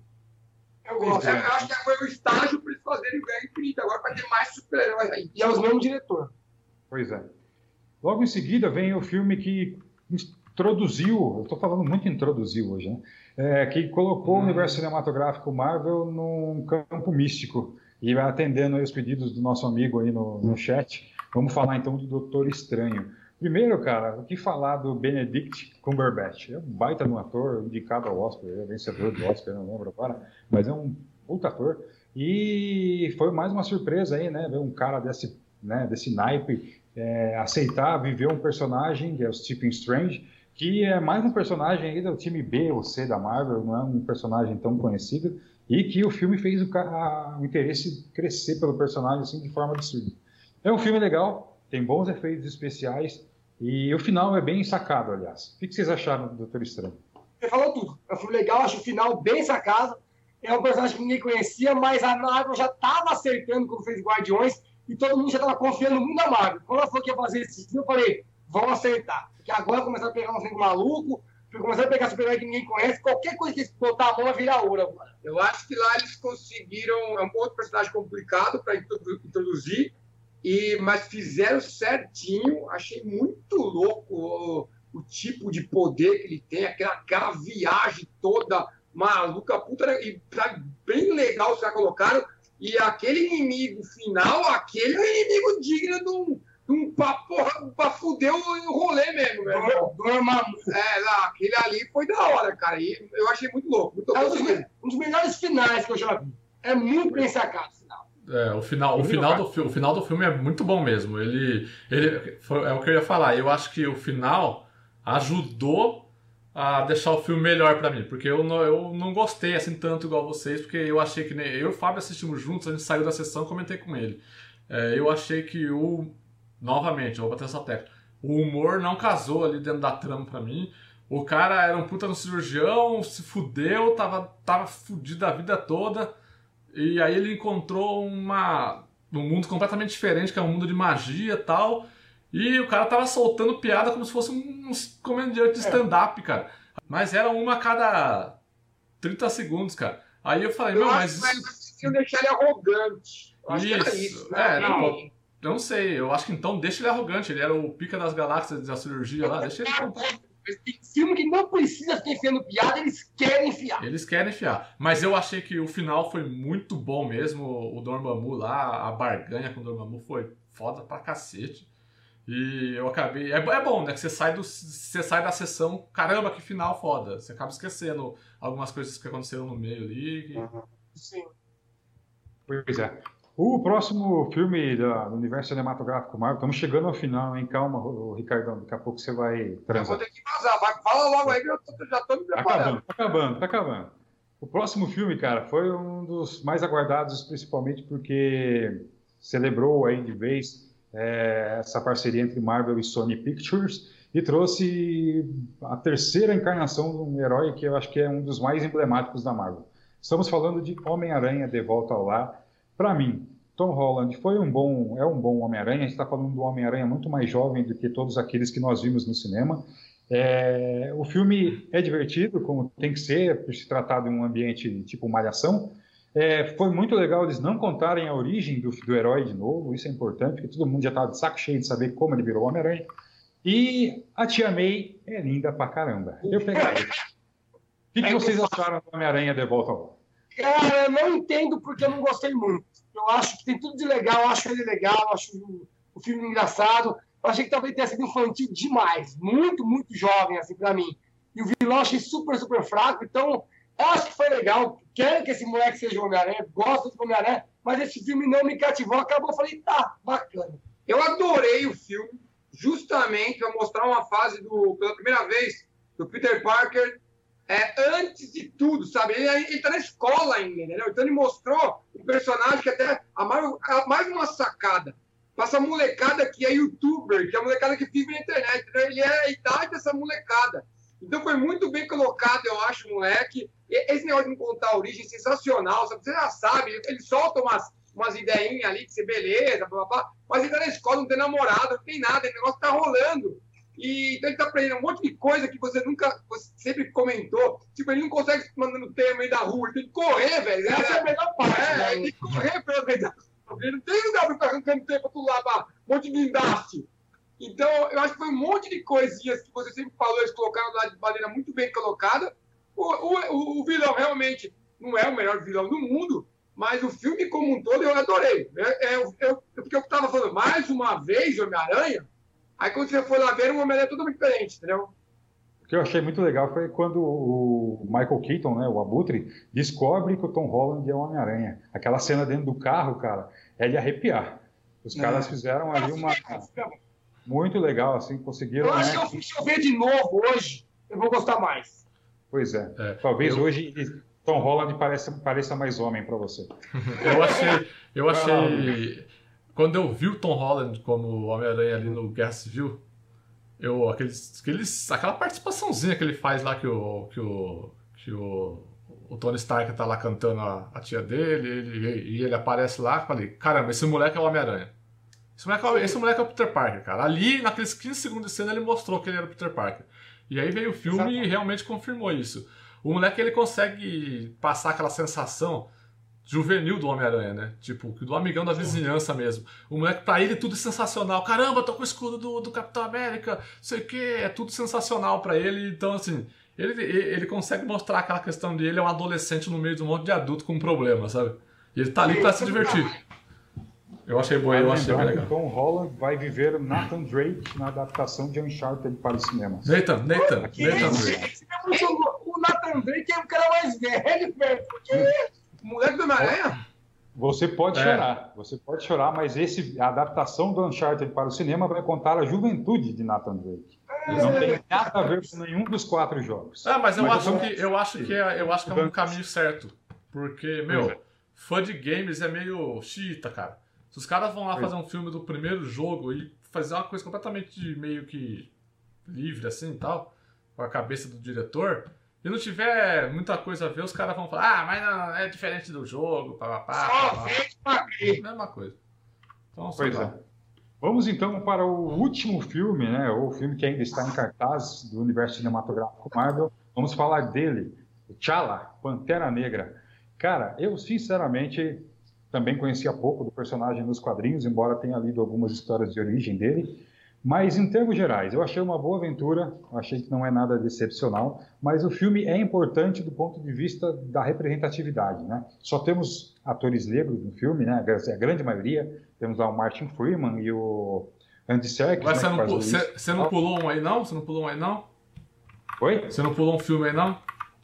Eu gosto. Eu acho que foi o estágio pra eles fazerem o Guerra Infinita. Agora vai ter mais super-heróis aí. E é o mesmo diretor. Pois é. Logo em seguida vem o filme que introduziu, eu estou falando muito introduziu hoje, né? É, que colocou o universo cinematográfico Marvel num campo místico. E vai atendendo aí os pedidos do nosso amigo aí no, no chat. Vamos falar então do Doutor Estranho. Primeiro, cara, o que falar do Benedict Cumberbatch? É um baita de um ator, indicado ao Oscar, é vencedor do Oscar, não lembro agora, mas é um puta ator. E foi mais uma surpresa aí, né? Ver um cara desse, né, desse naipe é, aceitar viver um personagem, que é o Stephen Strange, que é mais um personagem aí do time B ou C da Marvel, não é um personagem tão conhecido, e que o filme fez o, ca- o interesse crescer pelo personagem assim, de forma absurda. É um filme legal, tem bons efeitos especiais, e o final é bem sacado, aliás. O que vocês acharam do Doutor Estranho? Você falou tudo. É um filme legal, acho o final bem sacado. É um personagem que ninguém conhecia, mas a Marvel já estava acertando quando fez Guardiões e todo mundo já estava confiando muito na Marvel. Quando ela falou que ia fazer esse filme, eu falei, vão acertar. Porque agora começaram a pegar um filme maluco, começaram a pegar super-herói que ninguém conhece, qualquer coisa que eles botar a mão vai virar ouro agora. Eu acho que lá eles conseguiram. É um outro personagem complicado para introduzir, e, mas fizeram certinho. Achei muito louco o, o tipo de poder que ele tem, aquela, aquela viagem toda maluca, puta, né? E tá bem legal os caras colocaram. E aquele inimigo final, aquele é um inimigo digno de um, um pra, porra, pra fuder o rolê mesmo, velho. Dormammu. É, lá, aquele ali foi da hora, cara. E eu achei muito louco. Muito É um louco. dos, me- um dos melhores finais que eu já vi. É muito bem sacado o final. É, o final, o, final do, fi- o final do filme é muito bom mesmo. Ele, ele foi- é o que eu ia falar. Eu acho que o final ajudou a deixar o filme melhor pra mim, porque eu não, eu não gostei assim tanto igual vocês, porque eu achei que nem eu e o Fábio assistimos juntos, a gente saiu da sessão, comentei com ele. É, eu achei que o novamente, eu vou bater essa tecla. O humor não casou ali dentro da trama pra mim. O cara era um puta no cirurgião, se fudeu, tava, tava fudido a vida toda. E aí ele encontrou uma, um mundo completamente diferente, que é um mundo de magia e tal. E o cara tava soltando piada como se fosse um, um comediante de stand-up, cara. Mas era uma a cada trinta segundos, cara. Aí eu falei, Eu meu, acho mas que isso... eu deixar ele arrogante. Eu acho que era Isso, isso. Né? é, Não, tipo, eu não sei, eu acho que então deixa ele arrogante, ele era o pica das galáxias da cirurgia lá, deixa ele... Mas tem filme que não precisa ficar enfiando piada, eles querem enfiar. Eles querem enfiar. Mas eu achei que o final foi muito bom mesmo, o Dormammu lá, a barganha com o Dormammu foi foda pra cacete. E eu acabei... É, é bom, né, que você sai, do, você sai da sessão, caramba, que final foda. Você acaba esquecendo algumas coisas que aconteceram no meio ali. E... Sim. Pois é. O próximo filme da- do universo cinematográfico Marvel, estamos chegando ao final, hein? Calma, ô, ô, Ricardão, daqui a pouco você vai eu vou transar. ter que vazar. Vai, fala logo aí que eu tô- já tô me Tá preparando. acabando, tá acabando, tá acabando. O próximo filme, cara, foi um dos mais aguardados, principalmente porque celebrou aí de vez é, essa parceria entre Marvel e Sony Pictures e trouxe a terceira encarnação de um herói que eu acho que é um dos mais emblemáticos da Marvel. Estamos falando de Homem-Aranha de Volta ao Lar. Para mim, Tom Holland foi um bom, é um bom Homem-Aranha. A gente está falando do Homem-Aranha muito mais jovem do que todos aqueles que nós vimos no cinema. É, o filme é divertido, como tem que ser, por se tratar de um ambiente tipo malhação. É, foi muito legal eles não contarem a origem do, do herói de novo, isso é importante, porque todo mundo já estava de saco cheio de saber como ele virou Homem-Aranha. E a Tia May é linda pra caramba. Eu pegaria. O que, que vocês acharam do Homem-Aranha de Volta ao Lar? Cara, eu não entendo porque eu não gostei muito. Eu acho que tem tudo de legal, eu acho ele legal, eu acho o, o filme engraçado. Eu achei que talvez tenha sido infantil demais. Muito, muito jovem, assim, pra mim. E o vilão eu achei super, super fraco. Então, eu acho que foi legal. Quero que esse moleque seja o Homem-Aranha, gosto do Homem-Aranha, mas esse filme não me cativou. Acabou, eu falei, tá, bacana. Eu adorei o filme, justamente para mostrar uma fase do, pela primeira vez, do Peter Parker, é, antes de tudo, sabe? Ele, ele tá na escola ainda, entendeu? Então ele mostrou um personagem que até a Marvel, a- mais uma sacada. Pra essa molecada que é youtuber, que é a molecada que vive na internet, entendeu? Ele é a idade dessa molecada. Então foi muito bem colocado, eu acho, moleque. E esse negócio de não contar a origem é sensacional, sabe? Você já sabe, ele solta umas, umas ideinhas ali, que você beleza, blá, blá, blá, mas ele tá na escola, não tem namorado, não tem nada, o negócio tá rolando. E então ele tá aprendendo um monte de coisa que você nunca, você sempre comentou. Tipo, ele não consegue se mandando ter no meio da rua, ele tem que correr, velho. Essa é a melhor parte. É, né? ele tem que correr pelo meio da rua. Ele não tem lugar pra ficar arrancando tempo pra tu lá, pra um monte de guindaste. Então, eu acho que foi um monte de coisinhas que você sempre falou, eles colocaram lá de maneira muito bem colocada. O, o, o vilão realmente não é o melhor vilão do mundo, mas o filme como um todo eu adorei. É, é, eu, eu, porque eu tava falando, mais uma vez, Homem-Aranha, aí quando você foi lá ver, o Homem-Aranha é totalmente diferente, entendeu? O que eu achei muito legal foi quando o Michael Keaton, né, o Abutre, descobre que o Tom Holland é o Homem-Aranha. Aquela cena dentro do carro, cara, é de arrepiar. Os caras É. fizeram ali uma... Muito legal, assim, conseguiram... Eu acho né, que eu fui chover de novo hoje, eu vou gostar mais. Pois é. É, Talvez eu- hoje Tom Holland pareça, pareça mais homem para você. Eu achei. Eu achei. Quando eu vi o Tom Holland como Homem-Aranha ali no Guerra Civil, eu, aqueles, aqueles, aquela participaçãozinha que ele faz lá que o. Que o, que o, o Tony Stark tá lá cantando a, a tia dele, ele, e ele aparece lá, falei, caramba, esse moleque é o Homem-Aranha. Esse moleque, é o- esse moleque é o Peter Parker, cara. Ali, naqueles quinze segundos de cena, ele mostrou que ele era o Peter Parker. E aí veio o filme Exatamente. e realmente confirmou isso. O moleque, ele consegue passar aquela sensação juvenil do Homem-Aranha, né? Tipo, do amigão da vizinhança mesmo. O moleque, pra ele, tudo é sensacional. Caramba, tô com o escudo do, do Capitão América, não sei o quê. É tudo sensacional pra ele. Então, assim, ele, ele consegue mostrar aquela questão de ele é um adolescente no meio de um monte de adulto com um problema, sabe? E ele tá ali pra se divertir. Eu achei boa, eu achei bem legal. Tom Holland vai viver Nathan Drake na adaptação de Uncharted para os cinemas. Nathan, Nathan, Que Nathan isso, Drake. gente? O Nathan Drake é um cara mais velho, velho. Porque O moleque do Homem-Aranha? Você pode É. chorar, você pode chorar, mas esse, a adaptação do Uncharted para o cinema vai contar a juventude de Nathan Drake. Não tem nada a ver com nenhum dos quatro jogos. Ah, mas eu Mas acho eu tô- que eu acho que é, eu acho que é um caminho certo. Porque, meu, fã de games é meio chita, cara. Se os caras vão lá Pois. fazer um filme do primeiro jogo e fazer uma coisa completamente de meio que livre, assim e tal, com a cabeça do diretor, e não tiver muita coisa a ver, os caras vão falar, ah, mas não, é diferente do jogo, papapá. só papapá. vende pra crer. Mesma coisa. Então, sei Pois lá. é. Vamos então para o último filme, né? Ou o filme que ainda está em cartaz do universo cinematográfico Marvel. Vamos falar dele, o T'Challa, Pantera Negra. Cara, eu sinceramente também conhecia pouco do personagem nos quadrinhos, embora tenha lido algumas histórias de origem dele. Mas em termos gerais, eu achei uma boa aventura, achei que não é nada decepcional, mas o filme é importante do ponto de vista da representatividade, né? Só temos atores negros no filme, né? A grande maioria. Temos lá o Martin Freeman e o Andy Serkis. Mas né, você que não, faz pu- o você- Ulises. você não pulou um aí não? Você não pulou um aí não? Oi? Você não pulou um filme aí não?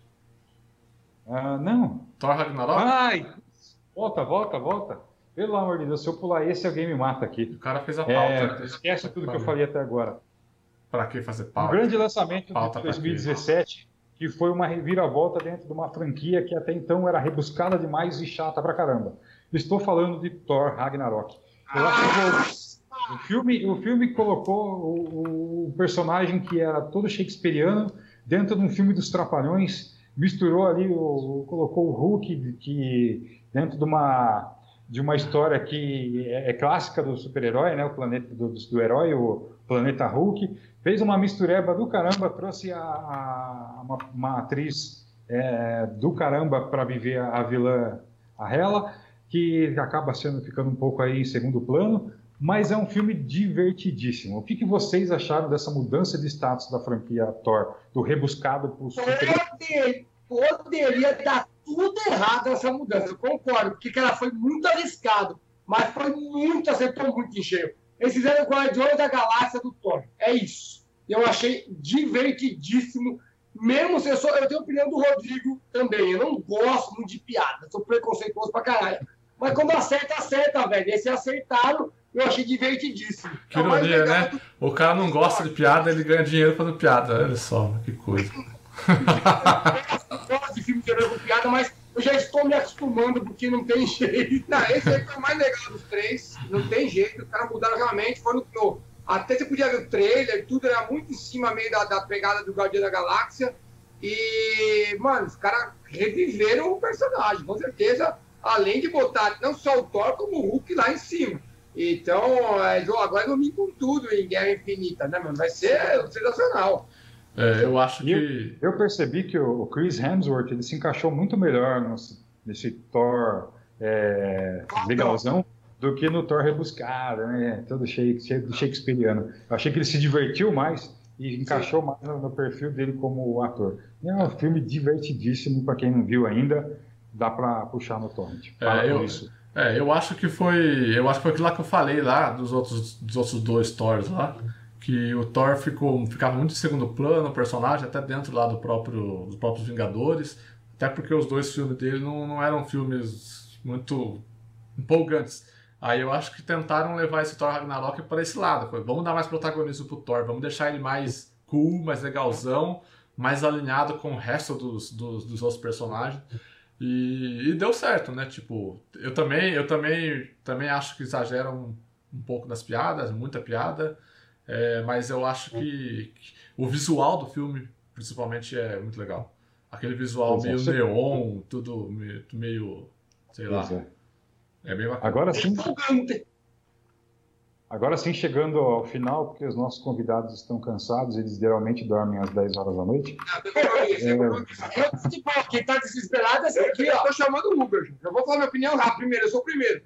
Ah, não. Thor Ragnarok? Ai! Volta, volta, volta. Pelo amor de Deus, se eu pular esse, alguém me mata aqui. O cara fez a pauta. É, né? esquece tudo que eu falei até agora. Pra que fazer Um pauta? grande lançamento Pauta de pra dois mil e dezessete, que foi uma reviravolta dentro de uma franquia que até então era rebuscada demais e chata pra caramba. Estou falando de Thor Ragnarok. Eu acho que o, o filme, o filme colocou o, o personagem que era todo shakespeariano dentro de um filme dos Trapalhões, misturou ali, o, colocou o Hulk que, dentro de uma, de uma história que é, é clássica do super-herói, né, o planeta do, do herói, o planeta Hulk, fez uma mistureba do caramba, trouxe a, a- uma, uma atriz é, do caramba para viver a, a vilã, a Hela, que acaba sendo ficando um pouco aí em segundo plano, mas é um filme divertidíssimo. O que, que vocês acharam dessa mudança de status da franquia Thor, do rebuscado para o super... Poder- Poderia dar tudo errado nessa mudança, eu concordo, porque cara, foi muito arriscado, mas foi muito, acertou muito em cheio. Eles fizeram o Guardiões da Galáxia do Thor, é isso. Eu achei divertidíssimo, mesmo se eu sou, eu tenho a opinião do Rodrigo também, eu não gosto muito de piada, sou preconceituoso pra caralho. Mas quando acerta, acerta, velho. Esse acertaram, eu achei divertidíssimo. Que É o mais ironia, legal né? do- O cara não gosta de piada, ele ganha dinheiro fazendo piada. Olha só, que coisa. Eu gosto de filme de herói com piada, mas eu já estou me acostumando porque não tem jeito. Não, esse aí foi o mais legal dos três. Não tem jeito, os caras mudaram realmente. Foi no, no- até você podia ver o trailer, tudo era muito em cima meio da, da pegada do Guardião da Galáxia. E, mano, os caras reviveram o personagem, com certeza. Além de botar não só o Thor, como o Hulk lá em cima. Então, é, agora não me com tudo em Guerra Infinita, né, mano? Vai ser sensacional. É, eu acho E que. Eu percebi que o o Chris Hemsworth ele se encaixou muito melhor nesse, nesse Thor é, legalzão do que no Thor rebuscado, né? Todo cheio, cheio de shakespeariano. Eu achei que ele se divertiu mais e encaixou mais no, no perfil dele como ator. E é um filme divertidíssimo, para quem não viu ainda, dá para puxar no torrent. Fala É, com eu- isso. É, eu acho que foi. Eu acho que foi aquilo lá que eu falei lá dos outros, dos outros dois Thors lá. Que o Thor ficou, ficava muito em segundo plano, o personagem, até dentro lá do próprio, dos próprios Vingadores. Até porque os dois filmes dele não, não eram filmes muito empolgantes. Aí eu acho que tentaram levar esse Thor Ragnarok para esse lado. Foi, vamos dar mais protagonismo pro Thor, vamos deixar ele mais cool, mais legalzão, mais alinhado com o resto dos, dos, dos outros personagens. E, e deu certo, né? Tipo, eu também, eu também, também acho que exageram um, um pouco das piadas, muita piada. É, mas eu acho que, que o visual do filme, principalmente, é muito legal. Aquele visual Pois é, meio você- neon, tudo meio, meio sei lá, Pois é. é bem bacana. Agora sim, Empolgante. agora sim, chegando ao final, porque os nossos convidados estão cansados, eles geralmente dormem às dez horas da noite. Eu Eu, tipo, quem tá desesperado é esse aqui, ó. tô chamando o Uber, gente. Eu vou falar minha opinião rápido primeiro, eu sou o primeiro.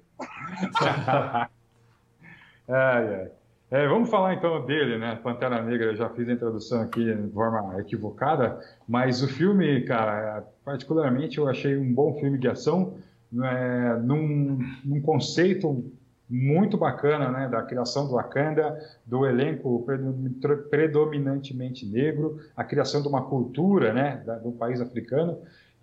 Ai, ai. É, vamos falar então dele, né? Pantera Negra, eu já fiz a introdução aqui de forma equivocada, mas o filme, cara, particularmente eu achei um bom filme de ação, né, num, num conceito muito bacana, né, da criação do Wakanda, do elenco predominantemente negro, a criação de uma cultura, né, da, do país africano,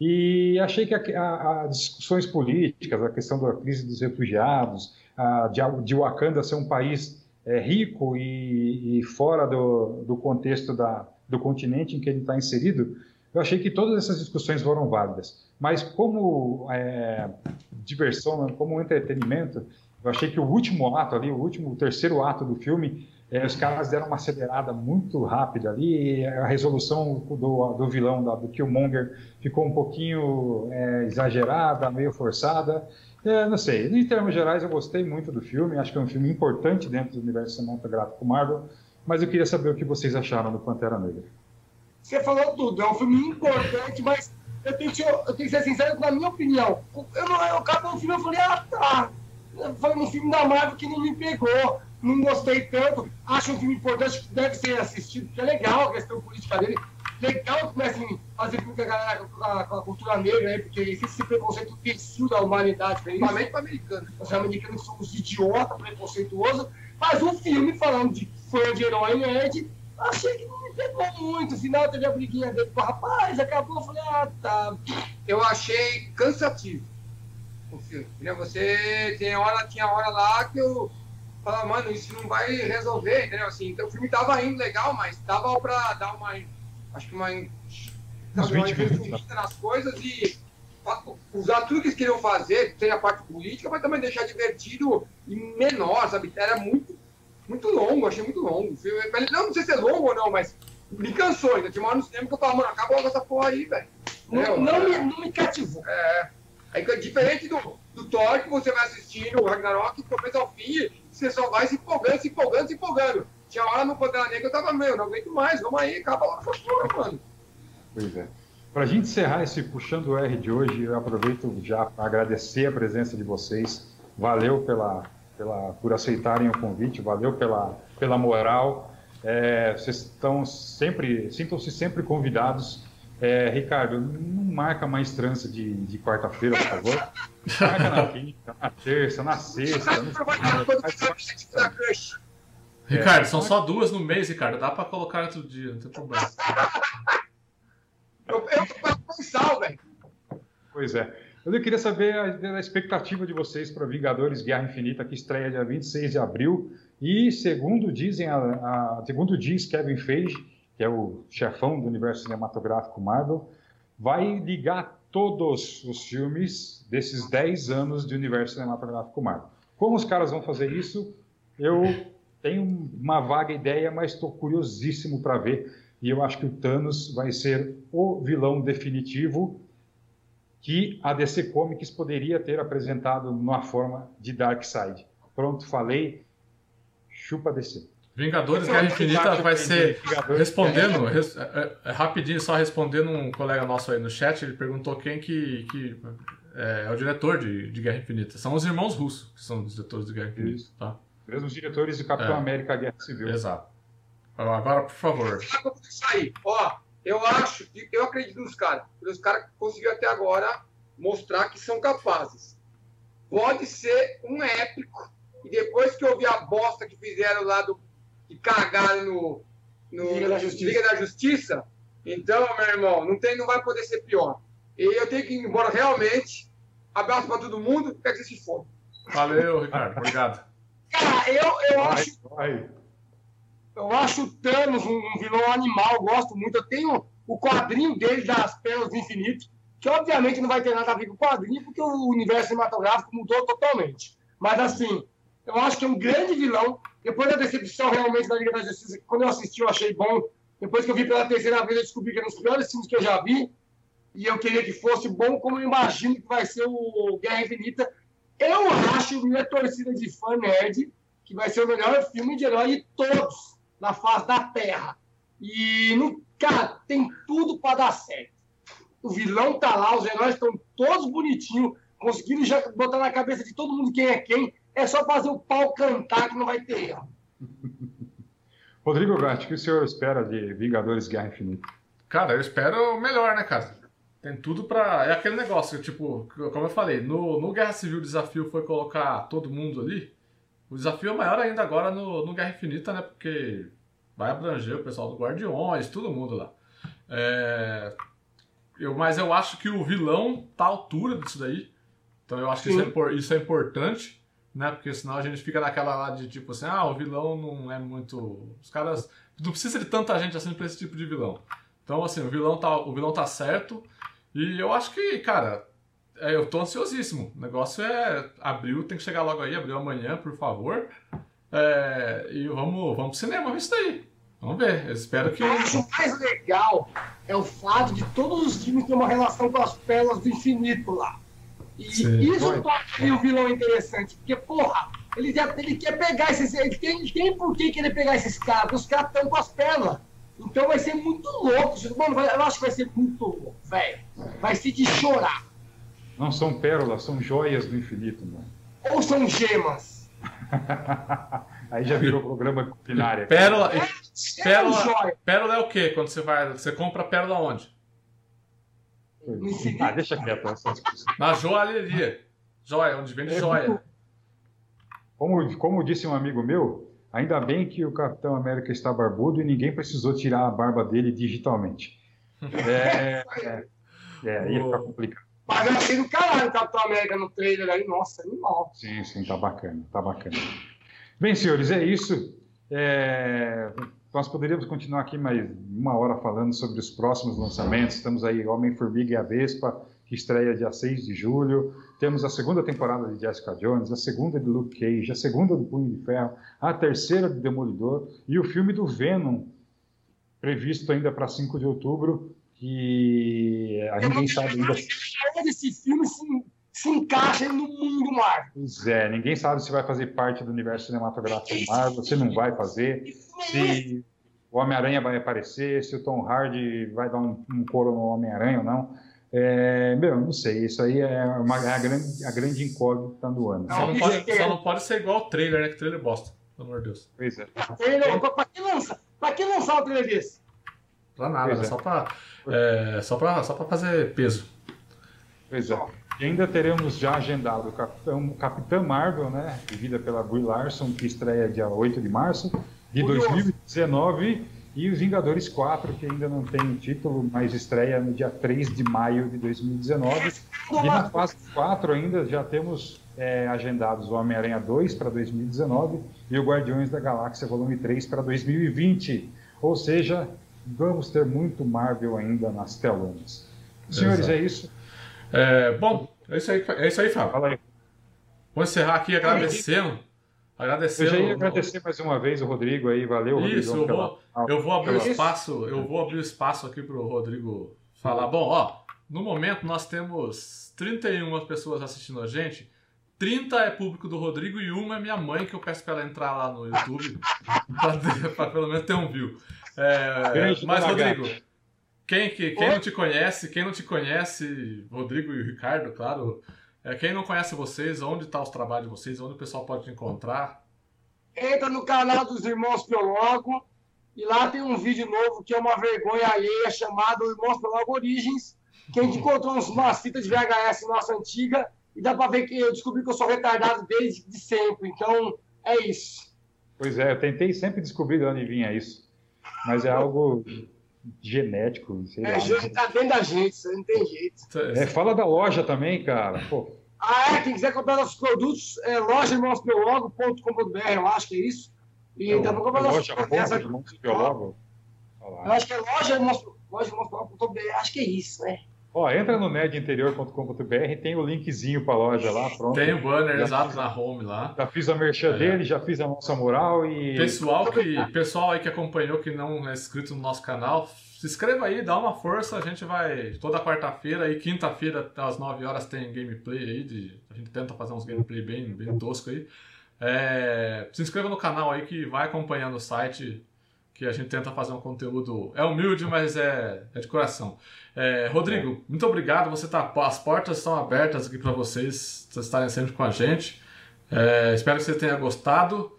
e achei que as discussões políticas, a questão da crise dos refugiados, a, de, de Wakanda ser um país é, rico e, e fora do, do contexto da, do continente em que ele está inserido, eu achei que todas essas discussões foram válidas. Mas como é, diversão, como entretenimento, eu achei que o último ato ali, o último, o terceiro ato do filme, é, os caras deram uma acelerada muito rápida ali, e a resolução do, do vilão, da, do Killmonger, ficou um pouquinho é, exagerada, meio forçada. É, não sei, em termos gerais eu gostei muito do filme, acho que é um filme importante dentro do universo cinematográfico Marvel, mas eu queria saber o que vocês acharam do Pantera Negra. Você falou tudo, é um filme importante, mas eu tenho que ser, eu tenho que ser sincero, na minha opinião, eu, não, eu acabei o filme e falei, ah, tá, foi um filme da Marvel que não me pegou, não gostei tanto, acho um filme importante que deve ser assistido, porque é legal a questão política dele, legal que comecem a fazer filme com a galera, com a, com a cultura negra, aí, porque existe esse preconceito terceiro da humanidade, principalmente para americanos. Os americanos são uns idiotas, preconceituosos, mas o filme, falando de fã de herói nerd, achei que não me pegou muito. No final teve a briguinha dele com o rapaz, acabou, eu falei, ah, tá. Eu achei cansativo o filme. Você tem hora, tinha hora lá que eu falava, mano, isso não vai resolver, entendeu? Assim, então o filme tava indo legal, mas tava pra dar uma, acho que uma, sabe, uma resumida nas coisas e usar tudo que eles queriam fazer, tem a parte política, mas também deixar divertido e menor, sabe? Era muito, muito longo, achei muito longo. Não, não sei se é longo ou não, mas me cansou ainda. Tinha uma hora no cinema que eu falava, mano, acabou com essa porra aí, velho. Não, não, me, não me cativou. É. É diferente do, do Thor, que você vai assistindo o Ragnarok, do começo ao fim, você só vai se empolgando, se empolgando, se empolgando. Tinha hora no Pantera Negra que eu tava, meu, não aguento mais, vamos aí, acaba lá com a porra, mano. Pois é. Para a gente encerrar esse Puxando o R de hoje, eu aproveito já para agradecer a presença de vocês. Valeu pela, pela, por aceitarem o convite, valeu pela, pela moral. É, vocês estão sempre, sintam-se sempre convidados. É, Ricardo, não marca mais trança de, de quarta-feira, por favor. Marca na quinta, na terça, na sexta. No... Ricardo, é, são só duas no mês, Ricardo. Dá pra colocar outro dia, não tem problema. Eu tô pensar, velho. Pois é. Eu queria saber a, a expectativa de vocês para Vingadores Guerra Infinita, que estreia dia vinte e seis de abril. E, segundo dizem, a, a, segundo diz Kevin Feige, que é o chefão do universo cinematográfico Marvel, vai ligar todos os filmes desses dez anos de universo cinematográfico Marvel. Como os caras vão fazer isso, eu tenho uma vaga ideia, mas estou curiosíssimo para ver. E eu acho que o Thanos vai ser o vilão definitivo que a D C Comics poderia ter apresentado numa forma de Darkseid. Pronto, falei. Chupa D C. Vingadores Guerra Infinita vai ser respondendo, res, é, é, rapidinho, só respondendo um colega nosso aí no chat, ele perguntou quem que, que é, é o diretor de, de Guerra Infinita. São os irmãos russos que são os diretores de Guerra Infinita. Isso. Tá? Mesmos diretores de Capitão é. América Guerra Civil. Exato. Agora, por favor. Isso aí. Ó, eu acho, eu acredito nos caras. Os caras conseguiram até agora mostrar que são capazes. Pode ser um épico. E depois que eu vi a bosta que fizeram lá do que cagaram no, no Liga, da Liga da Justiça, então, meu irmão, não, tem, não vai poder ser pior. E eu tenho que ir embora realmente. Abraço pra todo mundo, quero que se for. Valeu, Ricardo. Obrigado. Cara, eu, eu vai, acho. Vai. Eu acho o Thanos um, um vilão animal, eu gosto muito. Eu tenho o quadrinho dele das Pérolas do Infinito, que obviamente não vai ter nada a ver com o quadrinho, porque o universo cinematográfico mudou totalmente. Mas assim, eu acho que é um grande vilão. Depois da decepção realmente da Liga da Justiça, que quando eu assisti eu achei bom. Depois que eu vi pela terceira vez, eu descobri que era um dos piores filmes que eu já vi. E eu queria que fosse bom, como eu imagino que vai ser o Guerra Infinita. Eu acho, minha torcida de fã nerd, que vai ser o melhor filme de herói de todos na face da Terra. E, no, cara, tem tudo para dar certo. O vilão tá lá, os heróis estão todos bonitinhos, conseguiram já botar na cabeça de todo mundo quem é quem. É só fazer o pau cantar que não vai ter erro. Rodrigo Gatti, o que o senhor espera de Vingadores Guerra Infinita? Cara, eu espero o melhor, né, cara? Tem tudo pra... É aquele negócio, tipo, como eu falei, no, no Guerra Civil o desafio foi colocar todo mundo ali, O desafio é maior ainda agora no, no Guerra Infinita, né? Porque vai abranger o pessoal do Guardiões, todo mundo lá. É... Eu, mas eu acho que o vilão tá à altura disso daí. Então eu acho que isso é, isso é importante, né? Porque senão a gente fica naquela lá de tipo assim, ah, o vilão não é muito... Os caras... Não precisa de tanta gente assim pra esse tipo de vilão. Então, assim, o vilão tá, o vilão tá certo. E eu acho que, cara, é, eu tô ansiosíssimo. O negócio é abril, tem que chegar logo aí, abril amanhã, por favor. É, e vamos, vamos pro cinema ver isso daí. Vamos ver, eu espero que... O que eu acho mais legal é o fato de todos os filmes terem uma relação com as pérolas do infinito lá. E Sim. isso torna o vilão interessante, porque, porra, ele, já, ele quer pegar esses... Ele tem, ele tem por que querer pegar esses caras, porque os caras estão com as pérolas. Então vai ser muito louco. Mano, vai, eu acho que vai ser muito louco, velho. Vai ser de chorar. Não são pérolas, são joias do infinito, mano. Ou são gemas. Aí já virou programa culinário. Pérola, É, pérola, é um joia. pérola é o quê? Quando você vai, você compra pérola onde? No infinito. Ah, deixa quieto essas coisas. Na joalheria. Joia, onde vende É, joia. Como, como disse um amigo meu, ainda bem que o Capitão América está barbudo e ninguém precisou tirar a barba dele digitalmente. É, é, é aí ia ficar complicado. Mas eu achei do caralho o Capitão América no trailer aí. Nossa, animal. Sim, sim, tá bacana, tá bacana. Bem, senhores, é isso. É, nós poderíamos continuar aqui mais uma hora falando sobre os próximos lançamentos. Estamos aí, Homem-Formiga e a Vespa, que estreia dia seis de julho. Temos a segunda temporada de Jessica Jones, a segunda de Luke Cage, a segunda do Punho de Ferro, a terceira de Demolidor e o filme do Venom, previsto ainda para cinco de outubro, que a gente nem sabe ainda. Esse filme se, se encaixa no mundo Marvel. Pois é, ninguém sabe se vai fazer parte do universo cinematográfico Marvel, se não vai fazer, se o Homem-Aranha vai aparecer, se o Tom Hardy vai dar um, um coro no Homem-Aranha ou não. É, meu, não sei, isso aí é, uma, é a, grande, a grande incógnita do ano. Só não, pode, só não pode ser igual o trailer, né? Que trailer bosta, pelo amor de Deus. Pois é. Trailer, pra, pra, que lança, pra que lançar um trailer desse? Pra nada, Pois é. só, pra, é, só, pra, só pra fazer peso. Pois é. E ainda teremos já agendado o Capitão, Capitã Marvel, né? Vivida pela Brie Larson, que estreia dia oito de março de dois mil e dezenove. E os Vingadores quatro, que ainda não tem título, mas estreia no dia três de maio de dois mil e dezenove. E na fase quatro ainda já temos é, agendados o Homem-Aranha dois para dois mil e dezenove e o Guardiões da Galáxia Volume três para dois mil e vinte. Ou seja, vamos ter muito Marvel ainda nas telonas. Senhores, Exato. é isso? É, bom, é isso aí, é isso aí, Fábio. Fala aí. Vou encerrar aqui agradecendo. Eu agradecendo já ia agradecer mais uma vez o Rodrigo aí, valeu, Rodrigo. Isso, eu vou, eu vou abrir o espaço, eu vou abrir o espaço aqui para o Rodrigo falar. Bom, ó, no momento nós temos trinta e uma pessoas assistindo a gente, trinta é público do Rodrigo e uma é minha mãe, que eu peço para ela entrar lá no YouTube para pelo menos ter um view. É, mas, Rodrigo, quem, que, quem não te conhece, quem não te conhece, Rodrigo e o Ricardo, claro, é, quem não conhece vocês, onde estão os trabalhos de vocês, onde o pessoal pode te encontrar? Entra no canal dos Irmãos Biologo e lá tem um vídeo novo que é uma vergonha alheia chamado Irmãos Biologo Origens, que a gente encontrou umas fitas de V H S nossa antiga e dá pra ver que eu descobri que eu sou retardado desde de sempre. Então, é isso. Pois é, eu tentei sempre descobrir de onde vinha isso, mas é algo genético, sei lá. É, gente, tá dentro da gente, isso aí não tem jeito. É, fala da loja também, cara. Pô. Ah, é, quem quiser comprar nossos produtos, é loja irmãos biologo ponto com ponto b r, eu acho que é isso. E É, dá pra comprar nossos loja produtos. ponto irmãos biologo. Eu acho que é loja irmãos biologo ponto com ponto b r, acho que é isso, né? Ó, entra no nerd interior ponto com ponto b r, tem o linkzinho pra loja lá, pronto. Tem o banner já exato fiz, na home lá. Já fiz a merchan É. dele, já fiz a nossa moral e... Pessoal, que, pessoal aí que acompanhou, que não é inscrito no nosso canal, se inscreva aí, dá uma força, a gente vai toda quarta-feira e quinta-feira às nove horas tem gameplay aí, de, a gente tenta fazer uns gameplay bem, bem tosco aí. É, se inscreva no canal aí que vai acompanhando o site, que a gente tenta fazer um conteúdo, é humilde, mas é, é de coração. É, Rodrigo, muito obrigado, você tá, as portas estão abertas aqui para vocês, vocês estarem sempre com a gente. É, espero que você tenha gostado.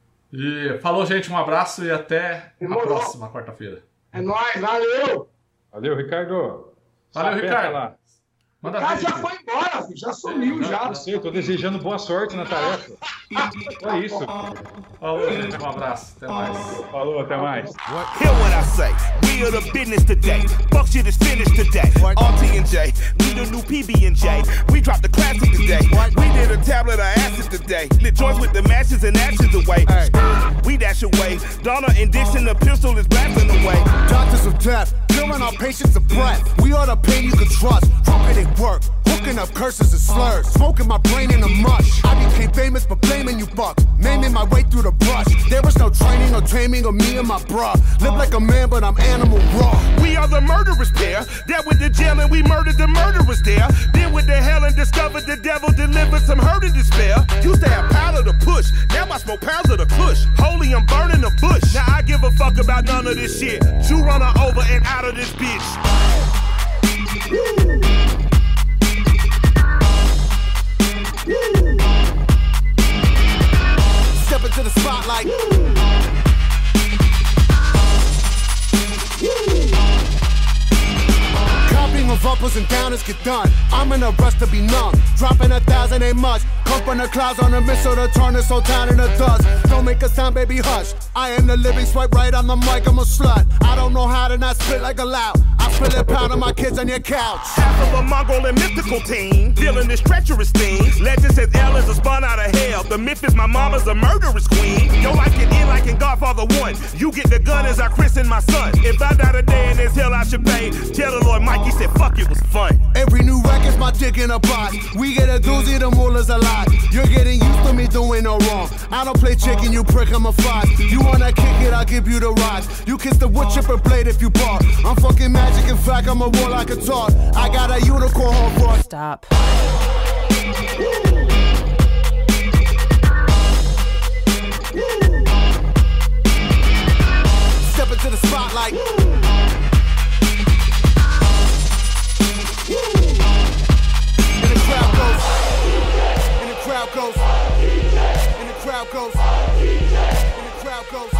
E falou, gente, um abraço e até a Demorou. próxima quarta-feira. É nóis, valeu! Valeu, Ricardo. Valeu, Sapeta Ricardo. lá. O Manda cara ver. já foi embora, filho, já sumiu, É, já. Eu sei, eu tô desejando boa sorte na tarefa. É isso. Falou, gente. Um abraço. Até mais. Falou, até mais. Hear what I say. We are the business today. Fuck shit is finished today. R T and J. We the new P B and J. We dropped the classic today. We did a tablet of acid today. Lit joints with the matches and ashes away. We dash away. Donna and Dixon, the pistol is blasting away. Doctors of death, killing our patients of breath. We are the pain you can trust. Crooked at work, hooking up curses and slurs. Smoking my brain in a mush. I became famous for blaming you fucks. Naming my way through the brush. There was no training or taming of me and my bruh. Live like a man, but I'm animal raw. We are the murderers pair. That went to jail and we murdered the murderers there. Then went to hell and discovered the devil delivered some hurt and despair. Used to have powder to push. Now I smoke pounds of the kush. Holy, I'm burning the bush. Now I give a fuck about none of this shit. You run her over and out of this bitch. Woo. Step into the spotlight. Copying of uppers and downers get done. I'm in a rush to be numb. Dropping a thousand ain't much. Come from the clouds on a missile to turn this whole town into dust. Don't make a sound, baby, hush. I am the living swipe right on the mic, I'm a slut. I don't know how to not spit like a loud. I spill it pound on my kids on your couch. Half of a Mongol and mythical team, feeling this treacherous thing. Legend says Ellen's a spun out of hell. The myth is my mama's a murderous queen. Yo, like it in like in Godfather one. You get the gun as I christen my son. If I die today in this hell, I should pay. Tell the Lord Mikey said, fuck, it was fun. Every new record's my dick in a box. We get a doozy, the mullah's a lot. You're getting used to me doing no wrong. I don't play chicken, you prick, I'm a fox. You wanna kick it, I'll give you the rods. You kiss the wood chipper blade if you bark. I'm fucking magic, in fact, I'm a warlock of talk. I got a unicorn horn for a Stop. Step into the spotlight. And the crowd goes. And the crowd goes. And the crowd goes. And the crowd goes.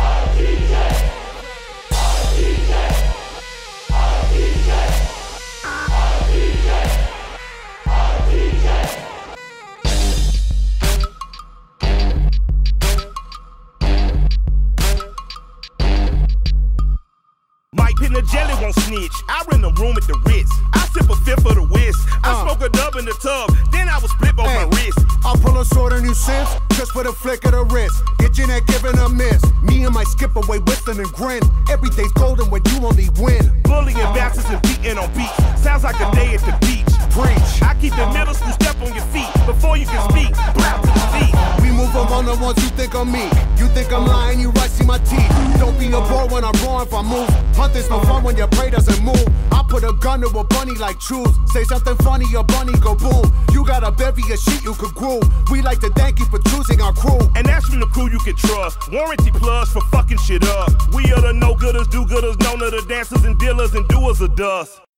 Mike Pin the jelly won't snitch. I rent a room at the Ritz. I sip a fifth of the whiz. I Uh. smoke a dub in the tub. Then I was flip on Hey, my wrist. I'll pull a sword on you since, just for the flick of the wrist. Get your neck giving a miss. Me and my skip away, whistling and grin. Every day's golden when you only win. Bullying bastards and beating on beats. Sounds like a day at the beach. Preach. I keep the middle school step on your feet. Before you can speak, blow to the feet. We move among the ones you think of me. You think I'm lying, you right, see my teeth. Don't be a bore when I'm raw if I move. Hunting's no fun when your prey doesn't move. I put a gun to a bunny like truth. Say something funny, your bunny go boom. You got a bevy of shit you could groove. We like to thank you for choosing our crew. And that's from the crew you can trust. Warranty plus for fucking shit up. We are the no-gooders, do-gooders, known to the dancers and dealers and doers of dust.